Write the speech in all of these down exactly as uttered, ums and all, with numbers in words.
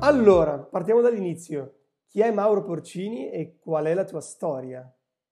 Allora, partiamo dall'inizio. Chi è Mauro Porcini e qual è la tua storia?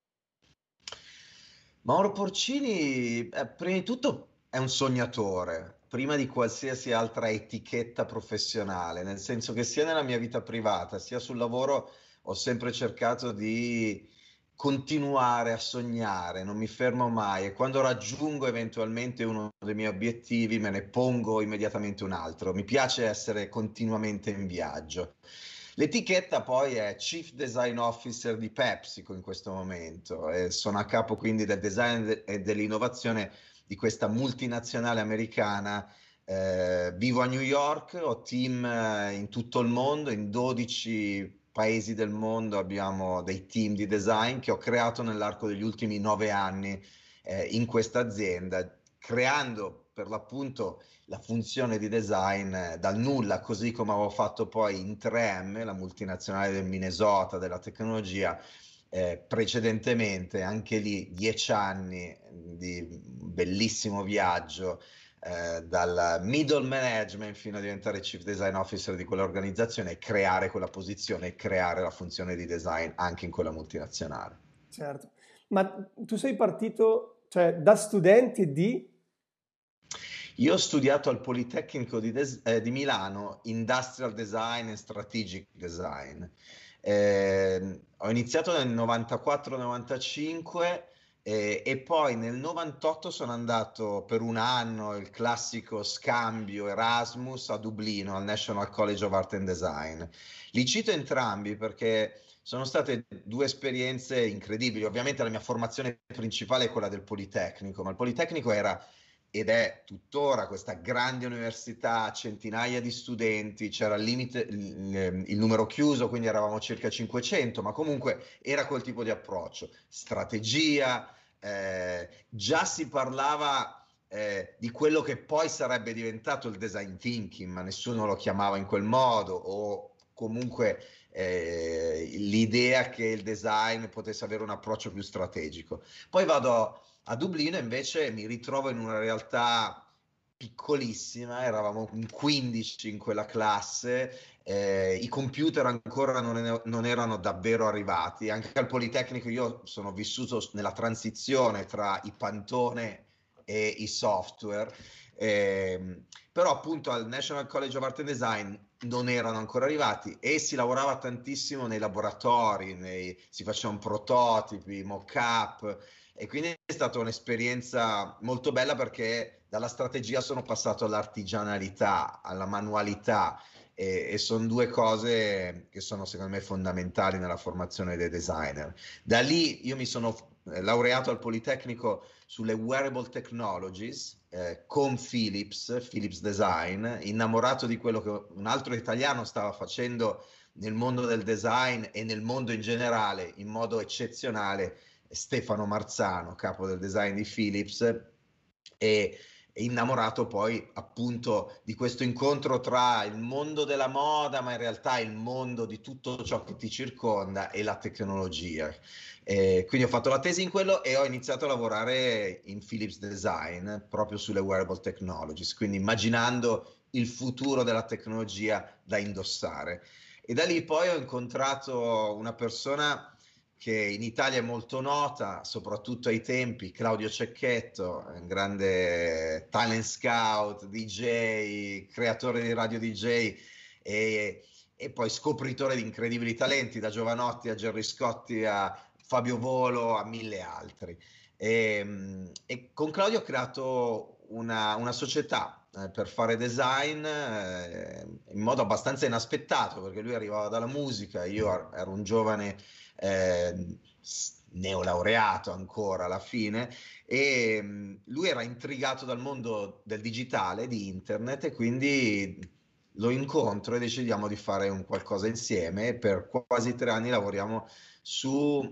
Mauro Porcini, eh, prima di tutto è un sognatore, prima di qualsiasi altra etichetta professionale, nel senso che sia nella mia vita privata, sia sul lavoro ho sempre cercato di continuare a sognare, non mi fermo mai e quando raggiungo eventualmente uno dei miei obiettivi me ne pongo immediatamente un altro. Mi piace essere continuamente in viaggio. L'etichetta poi è Chief Design Officer di PepsiCo in questo momento e sono a capo quindi del design e dell'innovazione di questa multinazionale americana. Eh, vivo a New York, ho team eh, in tutto il mondo, in dodici paesi del mondo abbiamo dei team di design che ho creato nell'arco degli ultimi nove anni eh, in questa azienda, creando per l'appunto la funzione di design eh, dal nulla, così come avevo fatto poi in tre M, la multinazionale del Minnesota della tecnologia, eh, precedentemente, anche lì dieci anni di bellissimo viaggio, eh, dal middle management fino a diventare chief design officer di quell'organizzazione e creare quella posizione e creare la funzione di design anche in quella multinazionale. Certo. Ma tu sei partito, cioè, da studente di... Io ho studiato al Politecnico di, Des- eh, di Milano Industrial Design e Strategic Design. Eh, ho iniziato nel novantaquattro novantacinque eh, e poi nel novantotto sono andato per un anno, il classico scambio Erasmus a Dublino, al National College of Art and Design. Li cito entrambi perché sono state due esperienze incredibili. Ovviamente la mia formazione principale è quella del Politecnico, ma il Politecnico era ed è tuttora questa grande università, centinaia di studenti, c'era il limite, il, il numero chiuso, quindi eravamo circa cinquecento, ma comunque era quel tipo di approccio, strategia, eh, già si parlava eh, di quello che poi sarebbe diventato il design thinking, ma nessuno lo chiamava in quel modo, o comunque eh, l'idea che il design potesse avere un approccio più strategico. Poi vado a Dublino invece mi ritrovo in una realtà piccolissima, eravamo in quindici in quella classe, eh, i computer ancora non, ne- non erano davvero arrivati, anche al Politecnico io sono vissuto nella transizione tra i Pantone e i software, ehm, però appunto al National College of Art and Design non erano ancora arrivati e si lavorava tantissimo nei laboratori, nei- si facevano prototipi, mock-up, e quindi è stata un'esperienza molto bella perché dalla strategia sono passato all'artigianalità, alla manualità e, e sono due cose che sono secondo me fondamentali nella formazione dei designer. Da lì io mi sono eh, laureato al Politecnico sulle wearable technologies eh, con Philips, Philips Design, innamorato di quello che un altro italiano stava facendo nel mondo del design e nel mondo in generale in modo eccezionale, Stefano Marzano, capo del design di Philips, e è innamorato poi appunto di questo incontro tra il mondo della moda, ma in realtà il mondo di tutto ciò che ti circonda e la tecnologia. Eh, quindi ho fatto la tesi in quello e ho iniziato a lavorare in Philips Design proprio sulle wearable technologies, quindi immaginando il futuro della tecnologia da indossare. E da lì poi ho incontrato una persona che in Italia è molto nota, soprattutto ai tempi, Claudio Cecchetto, un grande talent scout, D J, creatore di radio D J e, e poi scopritore di incredibili talenti, da Giovanotti a Gerry Scotti a Fabio Volo a mille altri. E, e con Claudio ho creato una, una società eh, per fare design eh, in modo abbastanza inaspettato, perché lui arrivava dalla musica, io ero un giovane eh, neolaureato ancora alla fine, e mh, lui era intrigato dal mondo del digitale, di internet, e quindi lo incontro e decidiamo di fare un qualcosa insieme. Per quasi tre anni lavoriamo su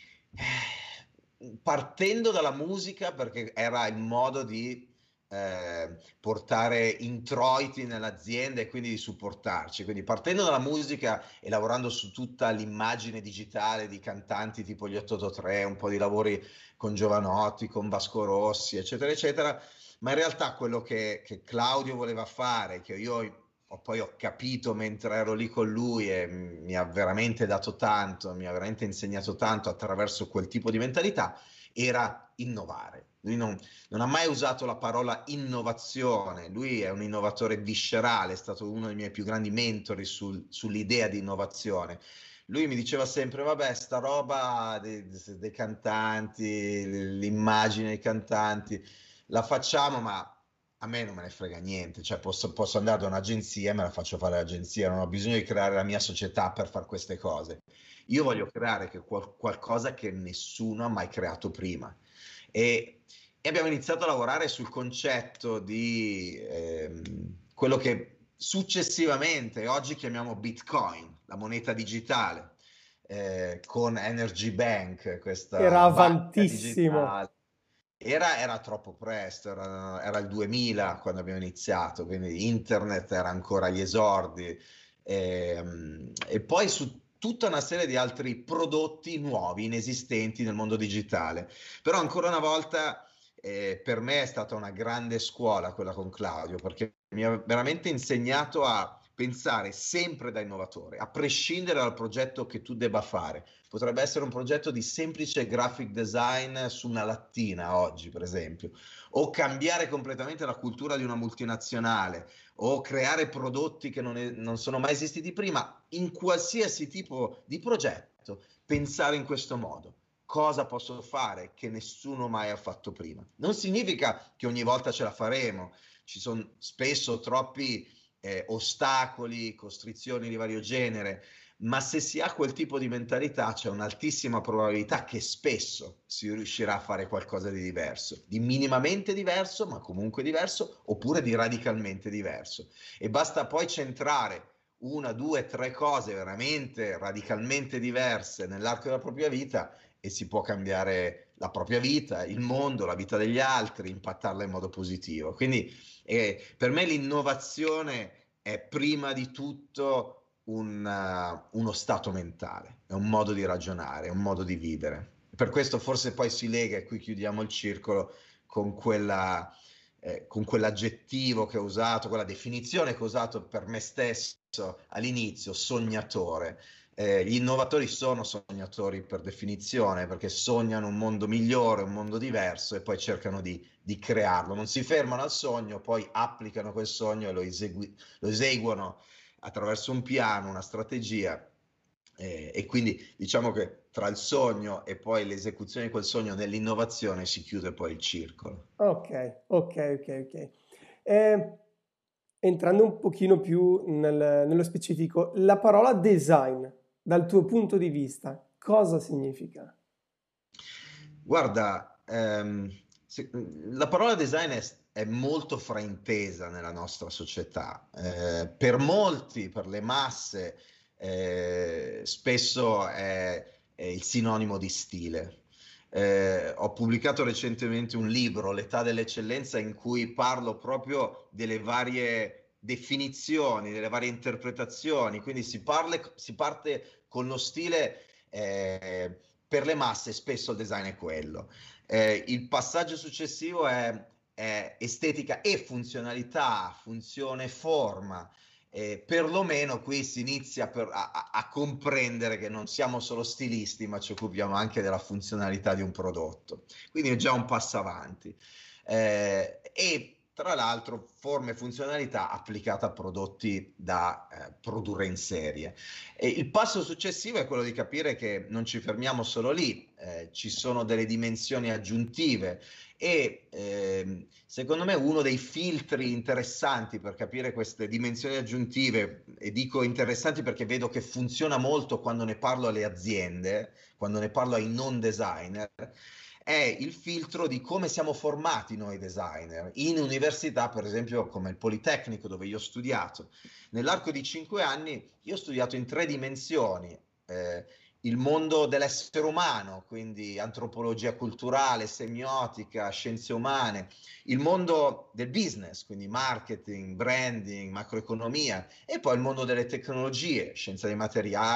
eh, partendo dalla musica perché era il modo di eh, portare introiti nell'azienda e quindi di supportarci. Quindi partendo dalla musica e lavorando su tutta l'immagine digitale di cantanti tipo gli otto otto tre, un po' di lavori con Giovanotti, con Vasco Rossi, eccetera, eccetera. Ma in realtà quello che, che Claudio voleva fare, che io ho, poi ho capito mentre ero lì con lui e mi ha veramente dato tanto, mi ha veramente insegnato tanto attraverso quel tipo di mentalità, era innovare. Lui non, non ha mai usato la parola innovazione, lui è un innovatore viscerale, è stato uno dei miei più grandi mentori sul, sull'idea di innovazione. Lui mi diceva sempre, vabbè, sta roba dei, dei cantanti, l'immagine dei cantanti, la facciamo, ma a me non me ne frega niente, cioè posso, posso andare da un'agenzia e me la faccio fare l'agenzia, non ho bisogno di creare la mia società per fare queste cose. Io voglio creare che qual- qualcosa che nessuno ha mai creato prima. E, e abbiamo iniziato a lavorare sul concetto di ehm, quello che successivamente oggi chiamiamo Bitcoin, la moneta digitale, eh, con Energy Bank, Era questa banca avantissimo. digitale. Era, era troppo presto, era, era il duemila quando abbiamo iniziato, quindi internet era ancora agli esordi, e, e poi su tutta una serie di altri prodotti nuovi, inesistenti nel mondo digitale. Però ancora una volta eh, per me è stata una grande scuola quella con Claudio, perché mi ha veramente insegnato a pensare sempre da innovatore, a prescindere dal progetto che tu debba fare. Potrebbe essere un progetto di semplice graphic design su una lattina oggi, per esempio, o cambiare completamente la cultura di una multinazionale, o creare prodotti che non, è, non sono mai esistiti prima. In qualsiasi tipo di progetto, pensare in questo modo. Cosa posso fare che nessuno mai ha fatto prima? Non significa che ogni volta ce la faremo, ci sono spesso troppi eh, ostacoli, costrizioni di vario genere, ma se si ha quel tipo di mentalità c'è un'altissima probabilità che spesso si riuscirà a fare qualcosa di diverso, di minimamente diverso, ma comunque diverso, oppure di radicalmente diverso. E basta poi centrare una, due, tre cose veramente radicalmente diverse nell'arco della propria vita e si può cambiare la propria vita, il mondo, la vita degli altri, impattarla in modo positivo. Quindi eh, per me l'innovazione è prima di tutto un, uh, uno stato mentale, è un modo di ragionare, è un modo di vivere. Per questo forse poi si lega, e qui chiudiamo il circolo, con quella, eh, con quell'aggettivo che ho usato, quella definizione che ho usato per me stesso all'inizio, sognatore. Eh, gli innovatori sono sognatori per definizione, perché sognano un mondo migliore, un mondo diverso e poi cercano di, di crearlo. Non si fermano al sogno, poi applicano quel sogno e lo, esegui- lo eseguono attraverso un piano, una strategia. Eh, e quindi diciamo che tra il sogno e poi l'esecuzione di quel sogno nell'innovazione si chiude poi il circolo. Ok, ok, ok, ok. Eh, entrando un pochino più nel- nello specifico, la parola design, dal tuo punto di vista, cosa significa? Guarda, ehm, se- la parola design è, è molto fraintesa nella nostra società. Eh, per molti, per le masse, eh, spesso è, è il sinonimo di stile. Eh, ho pubblicato recentemente un libro, L'età dell'eccellenza, in cui parlo proprio delle varie definizioni, delle varie interpretazioni. Quindi si parle- si parte con lo stile. eh, per le masse spesso il design è quello. Eh, il passaggio successivo è, è estetica e funzionalità, funzione e forma. Eh, perlomeno qui si inizia per, a, a, a comprendere che non siamo solo stilisti, ma ci occupiamo anche della funzionalità di un prodotto. Quindi è già un passo avanti. Eh, e tra l'altro forma e funzionalità applicata a prodotti da eh, produrre in serie. E il passo successivo è quello di capire che non ci fermiamo solo lì, eh, ci sono delle dimensioni aggiuntive e ehm, secondo me uno dei filtri interessanti per capire queste dimensioni aggiuntive, e dico interessanti perché vedo che funziona molto quando ne parlo alle aziende, quando ne parlo ai non designer, è il filtro di come siamo formati noi designer. In università, per esempio, come il Politecnico, dove io ho studiato, nell'arco di cinque anni io ho studiato in tre dimensioni. Eh, il mondo dell'essere umano, quindi antropologia culturale, semiotica, scienze umane, il mondo del business, quindi marketing, branding, macroeconomia, e poi il mondo delle tecnologie, scienza dei materiali,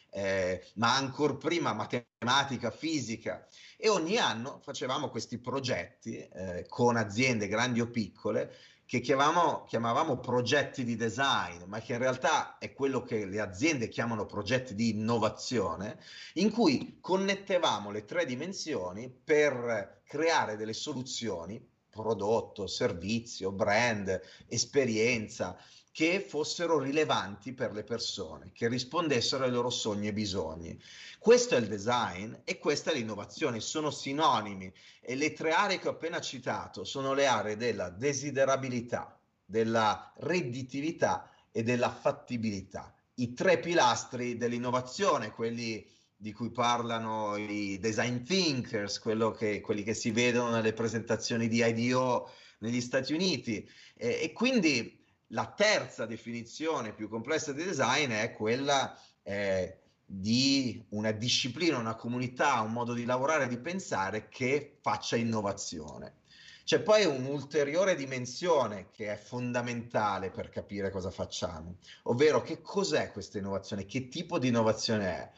eh, ma ancor prima matematica, fisica. E ogni anno facevamo questi progetti eh, con aziende grandi o piccole che chiamavamo, chiamavamo progetti di design, ma che in realtà è quello che le aziende chiamano progetti di innovazione, in cui connettevamo le tre dimensioni per creare delle soluzioni, prodotto, servizio, brand, esperienza, che fossero rilevanti per le persone, che rispondessero ai loro sogni e bisogni. Questo è il design e questa è l'innovazione, sono sinonimi, e le tre aree che ho appena citato sono le aree della desiderabilità, della redditività e della fattibilità. I tre pilastri dell'innovazione, quelli di cui parlano i design thinkers, quello che, quelli che si vedono nelle presentazioni di I D O negli Stati Uniti. E, e quindi la terza definizione più complessa di design è quella eh, di una disciplina, una comunità, un modo di lavorare e di pensare che faccia innovazione. C'è poi un'ulteriore dimensione che è fondamentale per capire cosa facciamo, ovvero che cos'è questa innovazione, che tipo di innovazione è.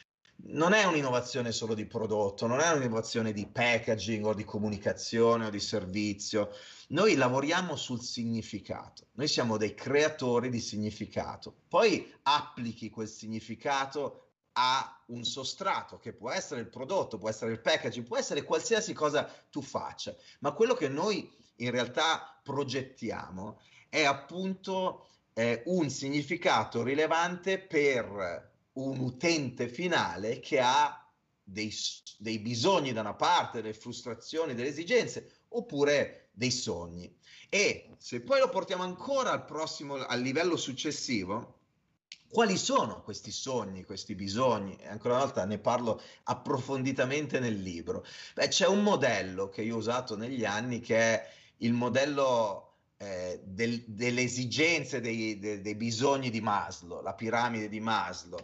Non è un'innovazione solo di prodotto, non è un'innovazione di packaging o di comunicazione o di servizio. Noi lavoriamo sul significato, noi siamo dei creatori di significato. Poi applichi quel significato a un sostrato che può essere il prodotto, può essere il packaging, può essere qualsiasi cosa tu faccia, ma quello che noi in realtà progettiamo è appunto eh, un significato rilevante per un utente finale che ha dei, dei bisogni da una parte, delle frustrazioni, delle esigenze, oppure dei sogni. E se poi lo portiamo ancora al prossimo, al livello successivo, quali sono questi sogni, questi bisogni? E ancora una volta ne parlo approfonditamente nel libro. Beh, c'è un modello che io ho usato negli anni che è il modello eh, del, delle esigenze, dei, dei, dei bisogni di Maslow, la piramide di Maslow.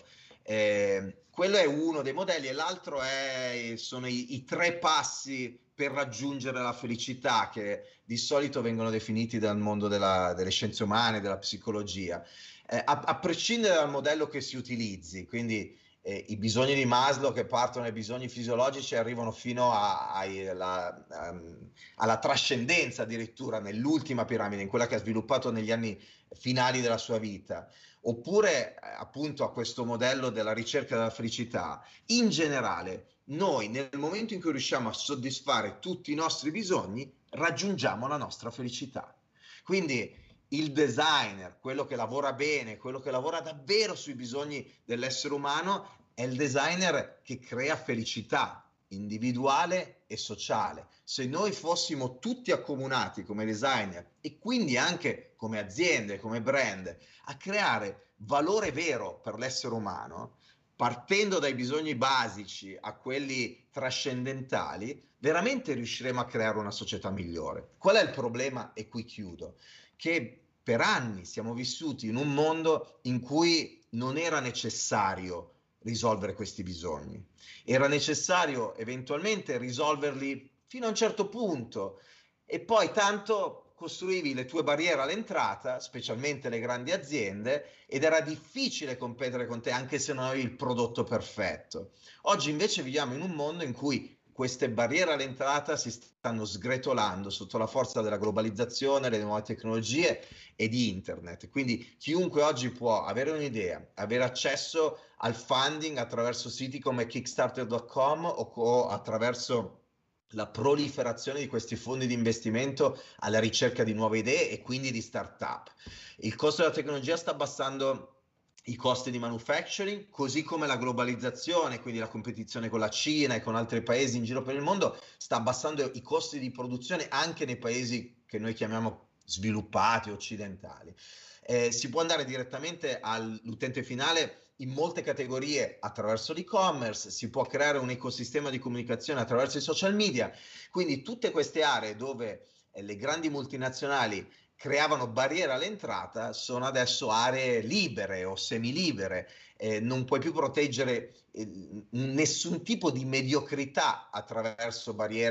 Eh, quello è uno dei modelli e l'altro è, sono i, i tre passi per raggiungere la felicità che di solito vengono definiti dal mondo della, delle scienze umane, della psicologia. Eh, a, a prescindere dal modello che si utilizzi, quindi eh, i bisogni di Maslow che partono dai bisogni fisiologici arrivano fino a, a, alla, um, alla trascendenza addirittura nell'ultima piramide, in quella che ha sviluppato negli anni finali della sua vita, oppure eh, appunto a questo modello della ricerca della felicità. In generale, noi nel momento in cui riusciamo a soddisfare tutti i nostri bisogni, raggiungiamo la nostra felicità. Quindi il designer, quello che lavora bene, quello che lavora davvero sui bisogni dell'essere umano, è il designer che crea felicità individuale e sociale. Se noi fossimo tutti accomunati come designer e quindi anche come aziende, come brand, a creare valore vero per l'essere umano, partendo dai bisogni basici a quelli trascendentali, veramente riusciremo a creare una società migliore. Qual è il problema? E qui chiudo. Che per anni siamo vissuti in un mondo in cui non era necessario risolvere questi bisogni, era necessario eventualmente risolverli fino a un certo punto e poi tanto costruivi le tue barriere all'entrata, specialmente le grandi aziende, ed era difficile competere con te anche se non avevi il prodotto perfetto. Oggi invece viviamo in un mondo in cui queste barriere all'entrata si stanno sgretolando sotto la forza della globalizzazione, delle nuove tecnologie e di internet. Quindi chiunque oggi può avere un'idea, avere accesso al funding attraverso siti come kickstarter punto com o, o attraverso la proliferazione di questi fondi di investimento alla ricerca di nuove idee e quindi di start-up. Il costo della tecnologia sta abbassando i costi di manufacturing, così come la globalizzazione, quindi la competizione con la Cina e con altri paesi in giro per il mondo, sta abbassando i costi di produzione anche nei paesi che noi chiamiamo sviluppati, occidentali. Eh, si può andare direttamente all'utente finale in molte categorie attraverso l'e-commerce, si può creare un ecosistema di comunicazione attraverso i social media, quindi tutte queste aree dove eh, le grandi multinazionali creavano barriere all'entrata sono adesso aree libere o semilibere, eh, non puoi più proteggere eh, nessun tipo di mediocrità attraverso barriere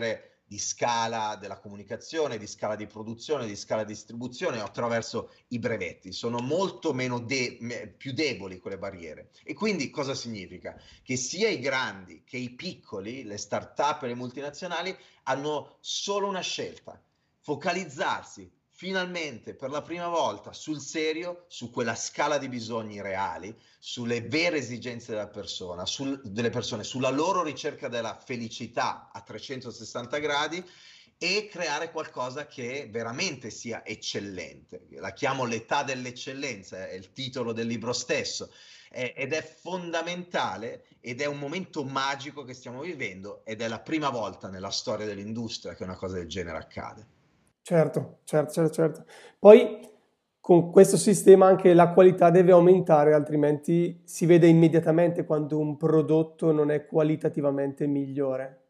di scala della comunicazione, di scala di produzione, di scala di distribuzione o attraverso i brevetti. Sono molto meno de- più deboli quelle barriere. E quindi cosa significa? Che sia i grandi che i piccoli, le start-up e le multinazionali, hanno solo una scelta: focalizzarsi finalmente per la prima volta sul serio, su quella scala di bisogni reali, sulle vere esigenze della persona, sul, delle persone, sulla loro ricerca della felicità a trecentosessanta gradi, e creare qualcosa che veramente sia eccellente. La chiamo l'età dell'eccellenza, è il titolo del libro stesso, è, ed è fondamentale ed è un momento magico che stiamo vivendo, ed è la prima volta nella storia dell'industria che una cosa del genere accade. Certo, certo, certo, certo. Poi con questo sistema anche la qualità deve aumentare, altrimenti si vede immediatamente quando un prodotto non è qualitativamente migliore.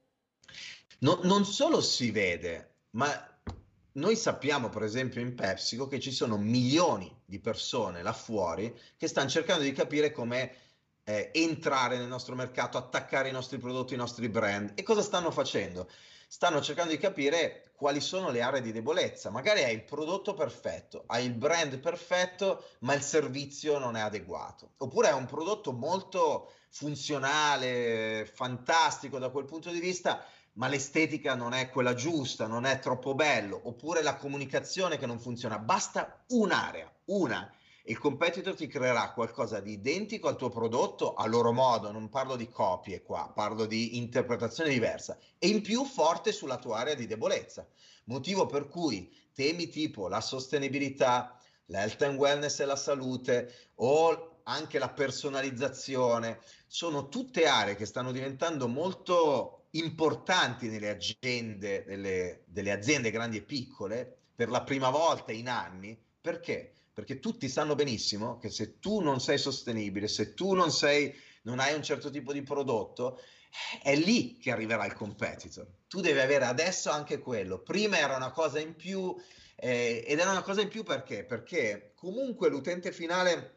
No- non solo si vede, ma noi sappiamo, per esempio, in PepsiCo che ci sono milioni di persone là fuori che stanno cercando di capire come eh, entrare nel nostro mercato, attaccare i nostri prodotti, i nostri brand. E cosa stanno facendo? Stanno cercando di capire quali sono le aree di debolezza. Magari hai il prodotto perfetto, hai il brand perfetto, ma il servizio non è adeguato. Oppure hai un prodotto molto funzionale, fantastico da quel punto di vista, ma l'estetica non è quella giusta, non è troppo bello, oppure la comunicazione che non funziona. Basta un'area, una, e il competitor ti creerà qualcosa di identico al tuo prodotto a loro modo. Non parlo di copie qua, parlo di interpretazione diversa, e in più forte sulla tua area di debolezza. Motivo per cui temi tipo la sostenibilità, l'health and wellness e la salute, o anche la personalizzazione, sono tutte aree che stanno diventando molto importanti nelle agende delle, delle aziende grandi e piccole per la prima volta in anni. Perché? Perché tutti sanno benissimo che se tu non sei sostenibile, se tu non sei, non hai un certo tipo di prodotto, è lì che arriverà il competitor. Tu devi avere adesso anche quello. Prima era una cosa in più, eh, ed era una cosa in più perché? Perché comunque l'utente finale,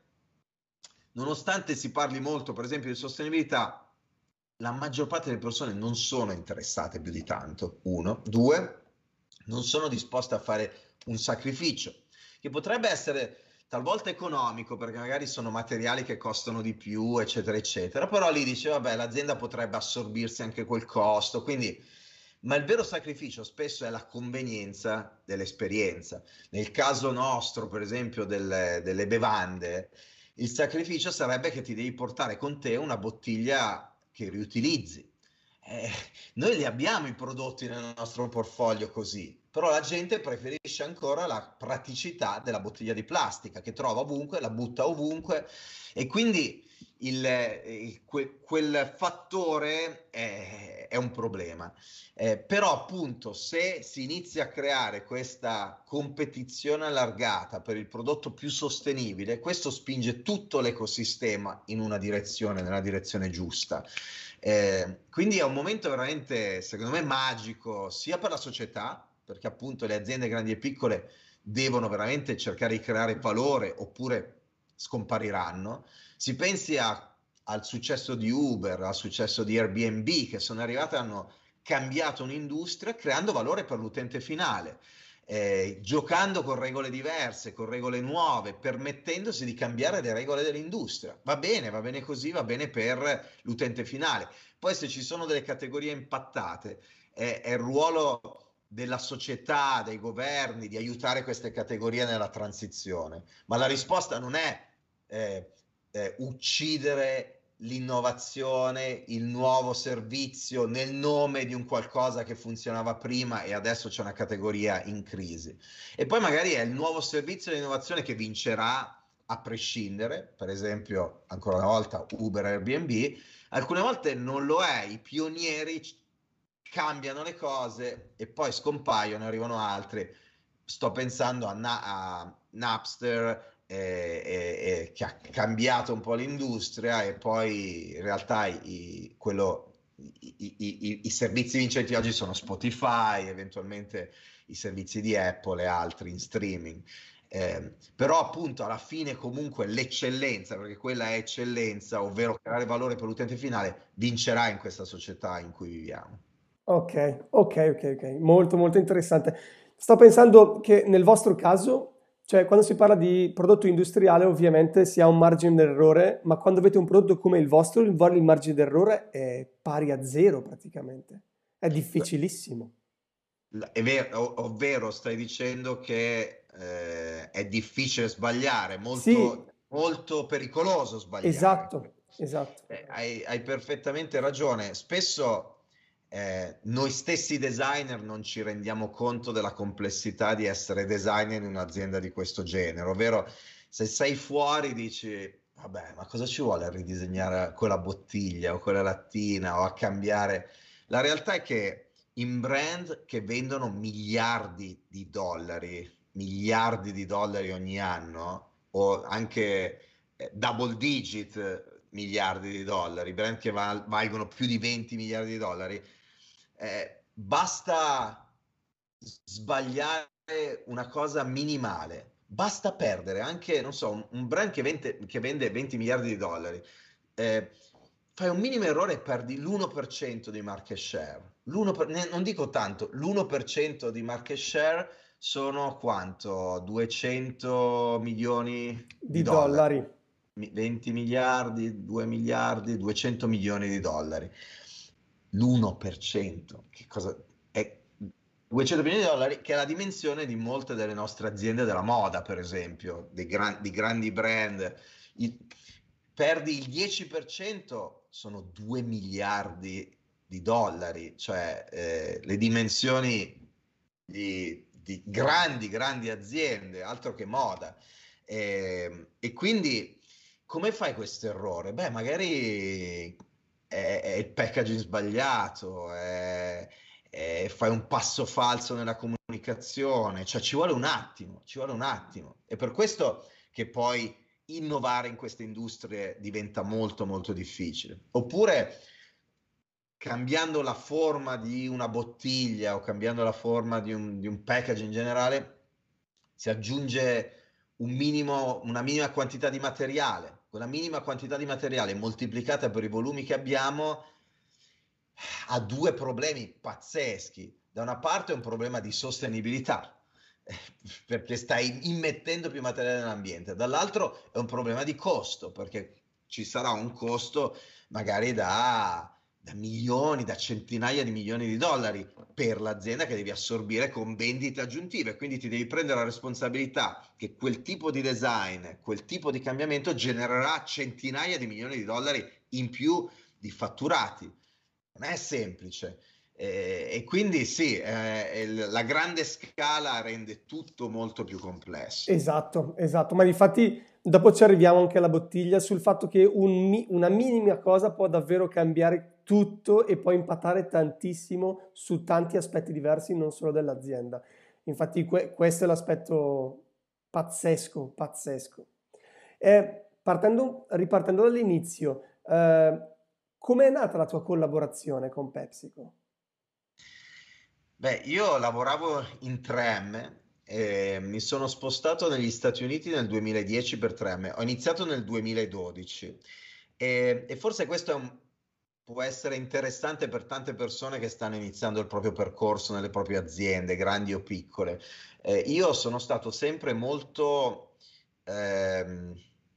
nonostante si parli molto, per esempio, di sostenibilità, la maggior parte delle persone non sono interessate più di tanto. Uno. Due, non sono disposte a fare un sacrificio, che potrebbe essere talvolta economico, perché magari sono materiali che costano di più, eccetera, eccetera, però lì dice, vabbè, l'azienda potrebbe assorbirsi anche quel costo, quindi... Ma il vero sacrificio spesso è la convenienza dell'esperienza. Nel caso nostro, per esempio, delle, delle bevande, il sacrificio sarebbe che ti devi portare con te una bottiglia che riutilizzi. Eh, noi li abbiamo i prodotti nel nostro portfolio così, però la gente preferisce ancora la praticità della bottiglia di plastica che trova ovunque, la butta ovunque, e quindi il, il- que- quel fattore è, è un problema. Eh, però appunto se si inizia a creare questa competizione allargata per il prodotto più sostenibile, questo spinge tutto l'ecosistema in una direzione, nella direzione giusta. Eh, quindi è un momento veramente, secondo me, magico, sia per la società, perché appunto le aziende grandi e piccole devono veramente cercare di creare valore oppure scompariranno. Si pensi a, al successo di Uber, al successo di Airbnb, che sono arrivate e hanno cambiato un'industria creando valore per l'utente finale. Eh, giocando con regole diverse, con regole nuove, permettendosi di cambiare le regole dell'industria. Va bene, va bene così, va bene per l'utente finale. Poi se ci sono delle categorie impattate, è, è il ruolo della società, dei governi, di aiutare queste categorie nella transizione. Ma la risposta non è eh, eh, uccidere l'innovazione, il nuovo servizio nel nome di un qualcosa che funzionava prima e adesso c'è una categoria in crisi. E poi magari è il nuovo servizio di innovazione che vincerà a prescindere, per esempio, ancora una volta, Uber, Airbnb. Alcune volte non lo è, i pionieri cambiano le cose e poi scompaiono e arrivano altri. Sto pensando a, Na- a Napster, eh, eh, eh, che ha cambiato un po' l'industria, e poi in realtà i, quello, i, i- i- i servizi vincenti oggi sono Spotify, eventualmente i servizi di Apple e altri in streaming. Eh, però appunto alla fine comunque l'eccellenza, perché quella è eccellenza, ovvero creare valore per l'utente finale, vincerà in questa società in cui viviamo. Ok, ok, ok, ok, molto molto interessante. Sto pensando che nel vostro caso, cioè quando si parla di prodotto industriale ovviamente si ha un margine d'errore, ma quando avete un prodotto come il vostro, il, vo- il margine d'errore è pari a zero praticamente. È difficilissimo. L- È vero, ov- ovvero stai dicendo che eh, è difficile sbagliare, Sì, molto, molto pericoloso sbagliare. esatto, esatto. Eh, hai, hai perfettamente ragione. Spesso eh, noi stessi designer non ci rendiamo conto della complessità di essere designer in un'azienda di questo genere, ovvero se sei fuori dici, vabbè, ma cosa ci vuole a ridisegnare quella bottiglia o quella lattina o a cambiare? La realtà è che in brand che vendono miliardi di dollari, miliardi di dollari ogni anno, o anche eh, double digit eh, miliardi di dollari, brand che val- valgono più di venti miliardi di dollari, eh, basta sbagliare una cosa minimale. Basta perdere anche, non so, un, un brand che vende, che vende venti miliardi di dollari. eh, Fai un minimo errore e perdi l'uno per cento di market share. L'uno per- ne- non dico tanto, l'uno per cento di market share sono quanto? duecento milioni di Di dollari. dollari. Mi- venti miliardi, due miliardi, duecento milioni di dollari. L'uno per cento, che cosa è? duecento milioni di dollari, che è la dimensione di molte delle nostre aziende della moda, per esempio, dei gran- di grandi brand. I- perdi il dieci per cento, sono due miliardi di dollari, cioè eh, le dimensioni di, di grandi, grandi aziende, altro che moda. E, e quindi come fai questo errore? Beh, magari è, è il packaging sbagliato, è, è- fai un passo falso nella comunicazione, cioè ci vuole un attimo, ci vuole un attimo. E per questo che poi innovare in queste industrie diventa molto molto difficile. Oppure cambiando la forma di una bottiglia o cambiando la forma di un, di un package in generale, si aggiunge un minimo, una minima quantità di materiale. Quella minima quantità di materiale moltiplicata per i volumi che abbiamo ha due problemi pazzeschi. Da una parte è un problema di sostenibilità, perché stai immettendo più materiale nell'ambiente, dall'altro è un problema di costo, perché ci sarà un costo magari da, da milioni, da centinaia di milioni di dollari per l'azienda che devi assorbire con vendite aggiuntive, quindi ti devi prendere la responsabilità che quel tipo di design, quel tipo di cambiamento genererà centinaia di milioni di dollari in più di fatturati. Non è semplice. Eh, e quindi sì, eh, il- la grande scala rende tutto molto più complesso. Esatto, esatto, ma difatti dopo ci arriviamo anche alla bottiglia sul fatto che un mi- una minima cosa può davvero cambiare tutto e poi impattare tantissimo su tanti aspetti diversi, non solo dell'azienda. Infatti que- questo è l'aspetto pazzesco, pazzesco. E partendo- ripartendo dall'inizio, eh, come è nata la tua collaborazione con PepsiCo? Beh, io lavoravo in tre M e mi sono spostato negli Stati Uniti nel duemiladieci per tre M. Ho iniziato nel duemiladodici e, e forse questo è un- può essere interessante per tante persone che stanno iniziando il proprio percorso nelle proprie aziende, grandi o piccole. Eh, io sono stato sempre molto ehm,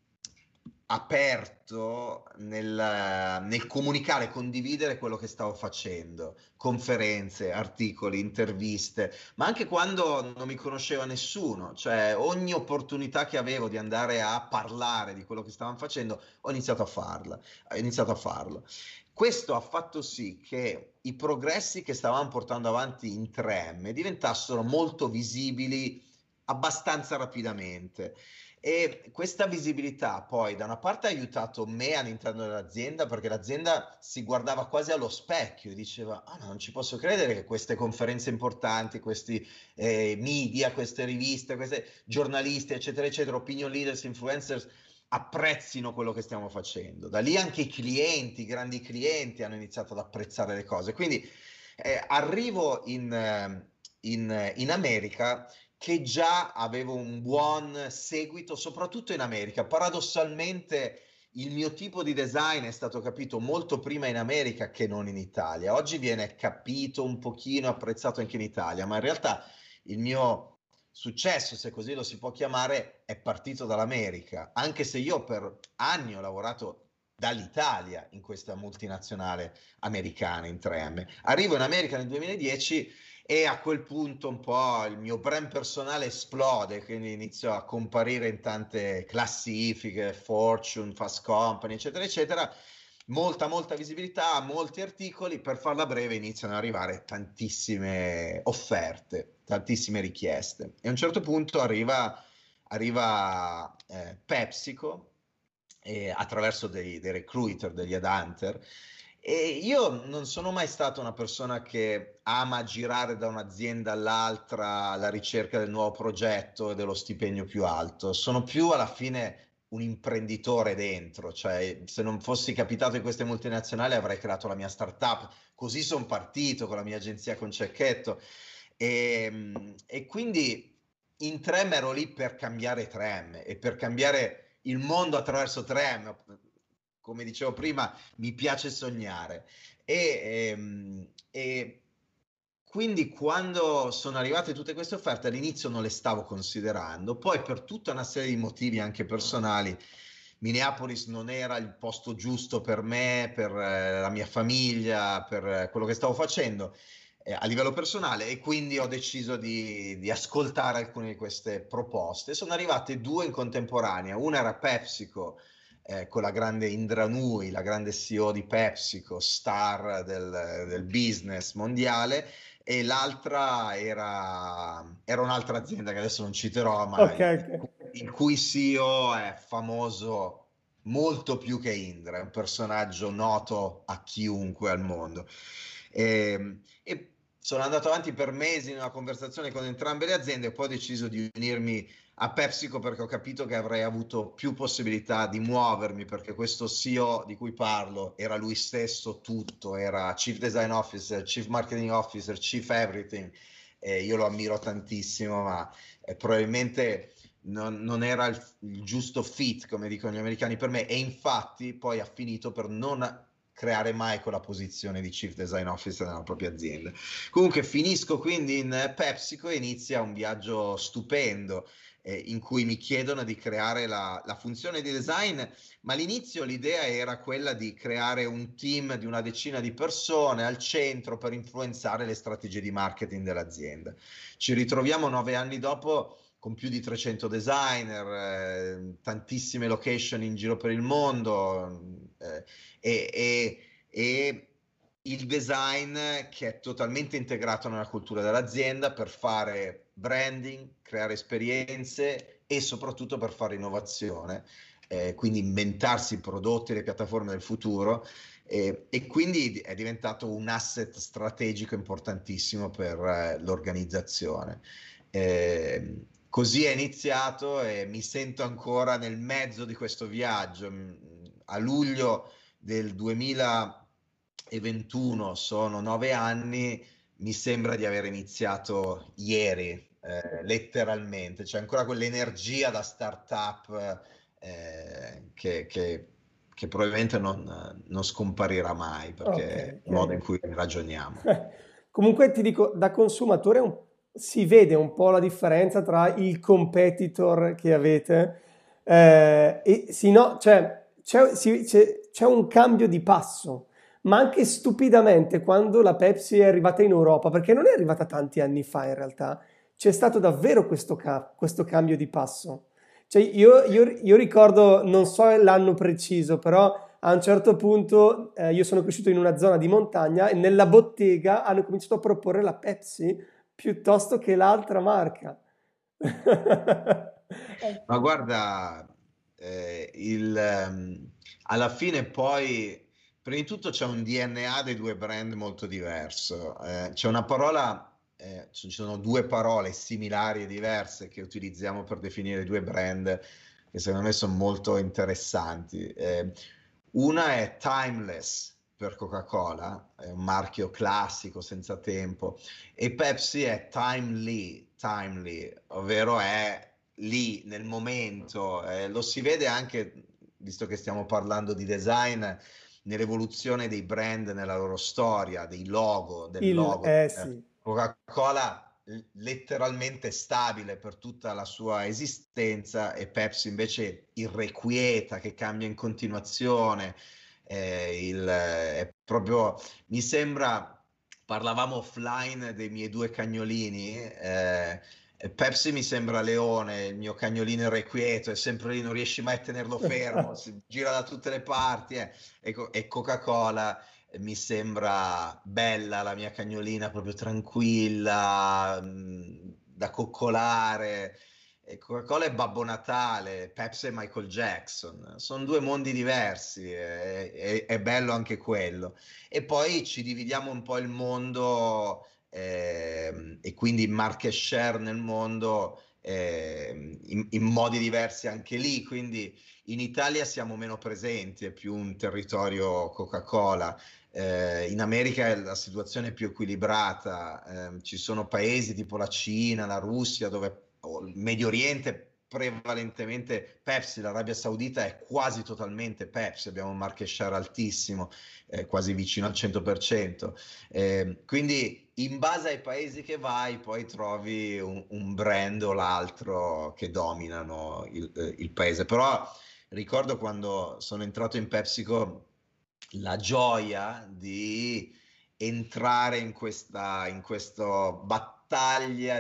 aperto nel, nel comunicare, condividere quello che stavo facendo, conferenze, articoli, interviste, ma anche quando non mi conosceva nessuno, cioè ogni opportunità che avevo di andare a parlare di quello che stavamo facendo, ho iniziato a farla, ho iniziato a farlo. Questo ha fatto sì che i progressi che stavamo portando avanti in tre M diventassero molto visibili abbastanza rapidamente. E questa visibilità poi da una parte ha aiutato me all'interno dell'azienda perché l'azienda si guardava quasi allo specchio e diceva: Ah, ma non ci posso credere che queste conferenze importanti, questi eh, media, queste riviste, questi giornalisti, eccetera, eccetera, opinion leaders, influencers apprezzino quello che stiamo facendo. Da lì anche i clienti, i grandi clienti hanno iniziato ad apprezzare le cose. Quindi eh, arrivo in, eh, in, in America che già avevo un buon seguito, soprattutto in America. Paradossalmente il mio tipo di design è stato capito molto prima in America che non in Italia. Oggi viene capito un pochino, apprezzato anche in Italia, ma in realtà il mio successo, se così lo si può chiamare, è partito dall'America, anche se io per anni ho lavorato dall'Italia in questa multinazionale americana in tre M. Arrivo in America nel duemiladieci e a quel punto un po' il mio brand personale esplode, quindi inizio a comparire in tante classifiche, Fortune, Fast Company, eccetera, eccetera. Molta, molta visibilità, molti articoli. Per farla breve, iniziano ad arrivare tantissime offerte, tantissime richieste. E a un certo punto arriva, arriva eh, PepsiCo, eh, attraverso dei, dei recruiter, degli headhunter. E io non sono mai stata una persona che ama girare da un'azienda all'altra alla ricerca del nuovo progetto e dello stipendio più alto. Sono più alla fine un imprenditore dentro, cioè se non fossi capitato in queste multinazionali avrei creato la mia startup, così sono partito con la mia agenzia con Cecchetto e, e quindi in tre M ero lì per cambiare tre M e per cambiare il mondo attraverso tre M. Come dicevo prima, mi piace sognare e, ehm, e quindi quando sono arrivate tutte queste offerte all'inizio non le stavo considerando, poi per tutta una serie di motivi anche personali Minneapolis non era il posto giusto per me, per eh, la mia famiglia, per eh, quello che stavo facendo eh, a livello personale e quindi ho deciso di, di ascoltare alcune di queste proposte. Sono arrivate due in contemporanea, una era PepsiCo eh, con la grande Indra Nooyi, la grande C E O di PepsiCo, star del, del business mondiale, e l'altra era, era un'altra azienda che adesso non citerò, ma Ok, il, ok. il cui C E O è famoso molto più che Indra, è un personaggio noto a chiunque al mondo. E, e sono andato avanti per mesi in una conversazione con entrambe le aziende e poi ho deciso di unirmi a PepsiCo perché ho capito che avrei avuto più possibilità di muovermi, perché questo C E O di cui parlo era lui stesso tutto, era Chief Design Officer, Chief Marketing Officer, Chief Everything, e io lo ammiro tantissimo, ma eh, probabilmente non, non era il, il giusto fit, come dicono gli americani, per me, e infatti poi ha finito per non creare mai quella posizione di Chief Design Officer nella propria azienda. Comunque finisco quindi in PepsiCo e inizia un viaggio stupendo eh, in cui mi chiedono di creare la, la funzione di design, ma all'inizio l'idea era quella di creare un team di una decina di persone al centro per influenzare le strategie di marketing dell'azienda. Ci ritroviamo nove anni dopo con più di trecento designer, eh, tantissime location in giro per il mondo eh, e, e, e il design che è totalmente integrato nella cultura dell'azienda per fare branding, creare esperienze e soprattutto per fare innovazione, eh, quindi inventarsi i prodotti e le piattaforme del futuro eh, e quindi è diventato un asset strategico importantissimo per eh, l'organizzazione. Eh, così è iniziato e mi sento ancora nel mezzo di questo viaggio. A luglio del duemilaventuno sono nove anni, mi sembra di aver iniziato ieri, eh, letteralmente. C'è ancora quell'energia da startup eh, che, che, che probabilmente non, non scomparirà mai, Ok, perché è il modo in ok. cui ragioniamo. Comunque ti dico, da consumatore un- si vede un po' la differenza tra il competitor che avete eh, e sì, no, cioè c'è sì, c'è- c'è un cambio di passo, ma anche stupidamente quando la Pepsi è arrivata in Europa, perché non è arrivata tanti anni fa in realtà, c'è stato davvero questo, ca- questo cambio di passo. Cioè io, io- io ricordo, non so l'anno preciso, però a un certo punto eh, io sono cresciuto in una zona di montagna e nella bottega hanno cominciato a proporre la Pepsi piuttosto che l'altra marca. Ma guarda, eh, il, ehm, alla fine poi, prima di tutto c'è un D N A dei due brand molto diverso. Eh, c'è una parola, eh, ci sono due parole similari e diverse che utilizziamo per definire i due brand che secondo me sono molto interessanti. Eh, una è timeless per Coca-Cola, è un marchio classico senza tempo, e Pepsi è timely, timely, ovvero è lì nel momento, eh, lo si vede anche visto che stiamo parlando di design, nell'evoluzione dei brand, nella loro storia, dei logo, del Il, logo. eh Eh, sì, Coca-Cola letteralmente stabile per tutta la sua esistenza e Pepsi invece irrequieta, che cambia in continuazione. Eh, il, è proprio, mi sembra, parlavamo offline dei miei due cagnolini, eh, Pepsi mi sembra leone, il mio cagnolino irrequieto, è sempre lì, non riesci mai a tenerlo fermo, si gira da tutte le parti, eh. E, co- e Coca-Cola mi sembra bella, la mia cagnolina proprio tranquilla, mh, da coccolare. E Coca-Cola è Babbo Natale, Pepsi è Michael Jackson, sono due mondi diversi, è, è- è bello anche quello. E poi ci dividiamo un po' il mondo, ehm, e quindi il market share nel mondo, ehm, in, in modi diversi anche lì, quindi in Italia siamo meno presenti, è più un territorio Coca-Cola. Eh, in America la situazione è più equilibrata, eh, ci sono paesi tipo la Cina, la Russia, dove, o il Medio Oriente, prevalentemente Pepsi, l'Arabia Saudita è quasi totalmente Pepsi, abbiamo un market share altissimo, eh, quasi vicino al cento per cento. Eh, quindi in base ai paesi che vai, poi trovi un, un brand o l'altro che dominano il, eh, il paese. Però ricordo quando sono entrato in PepsiCo la gioia di entrare in questa in questo battaglia,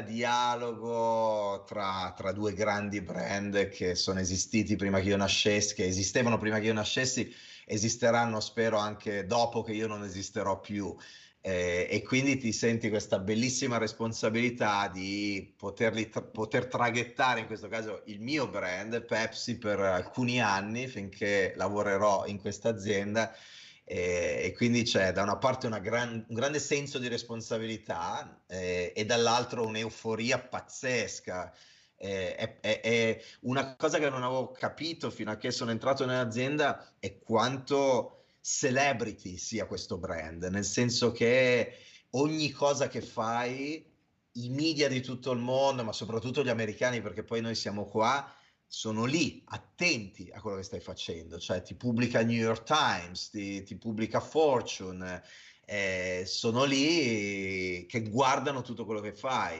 dialogo tra, tra due grandi brand che sono esistiti prima che io nascessi, che esistevano prima che io nascessi, esisteranno spero anche dopo che io non esisterò più. Eh, e quindi ti senti questa bellissima responsabilità di poterli tra- poter traghettare, in questo caso il mio brand Pepsi, per alcuni anni finché lavorerò in questa azienda. E, e quindi c'è da una parte una gran- un grande senso di responsabilità, eh, e dall'altro un'euforia pazzesca. Eh, è, è- è una cosa che non avevo capito fino a che sono entrato nell'azienda, è quanto celebrity sia questo brand, nel senso che ogni cosa che fai, i media di tutto il mondo, ma soprattutto gli americani, perché poi noi siamo qua, sono lì attenti a quello che stai facendo, cioè ti pubblica New York Times, ti, ti pubblica Fortune, eh, sono lì che guardano tutto quello che fai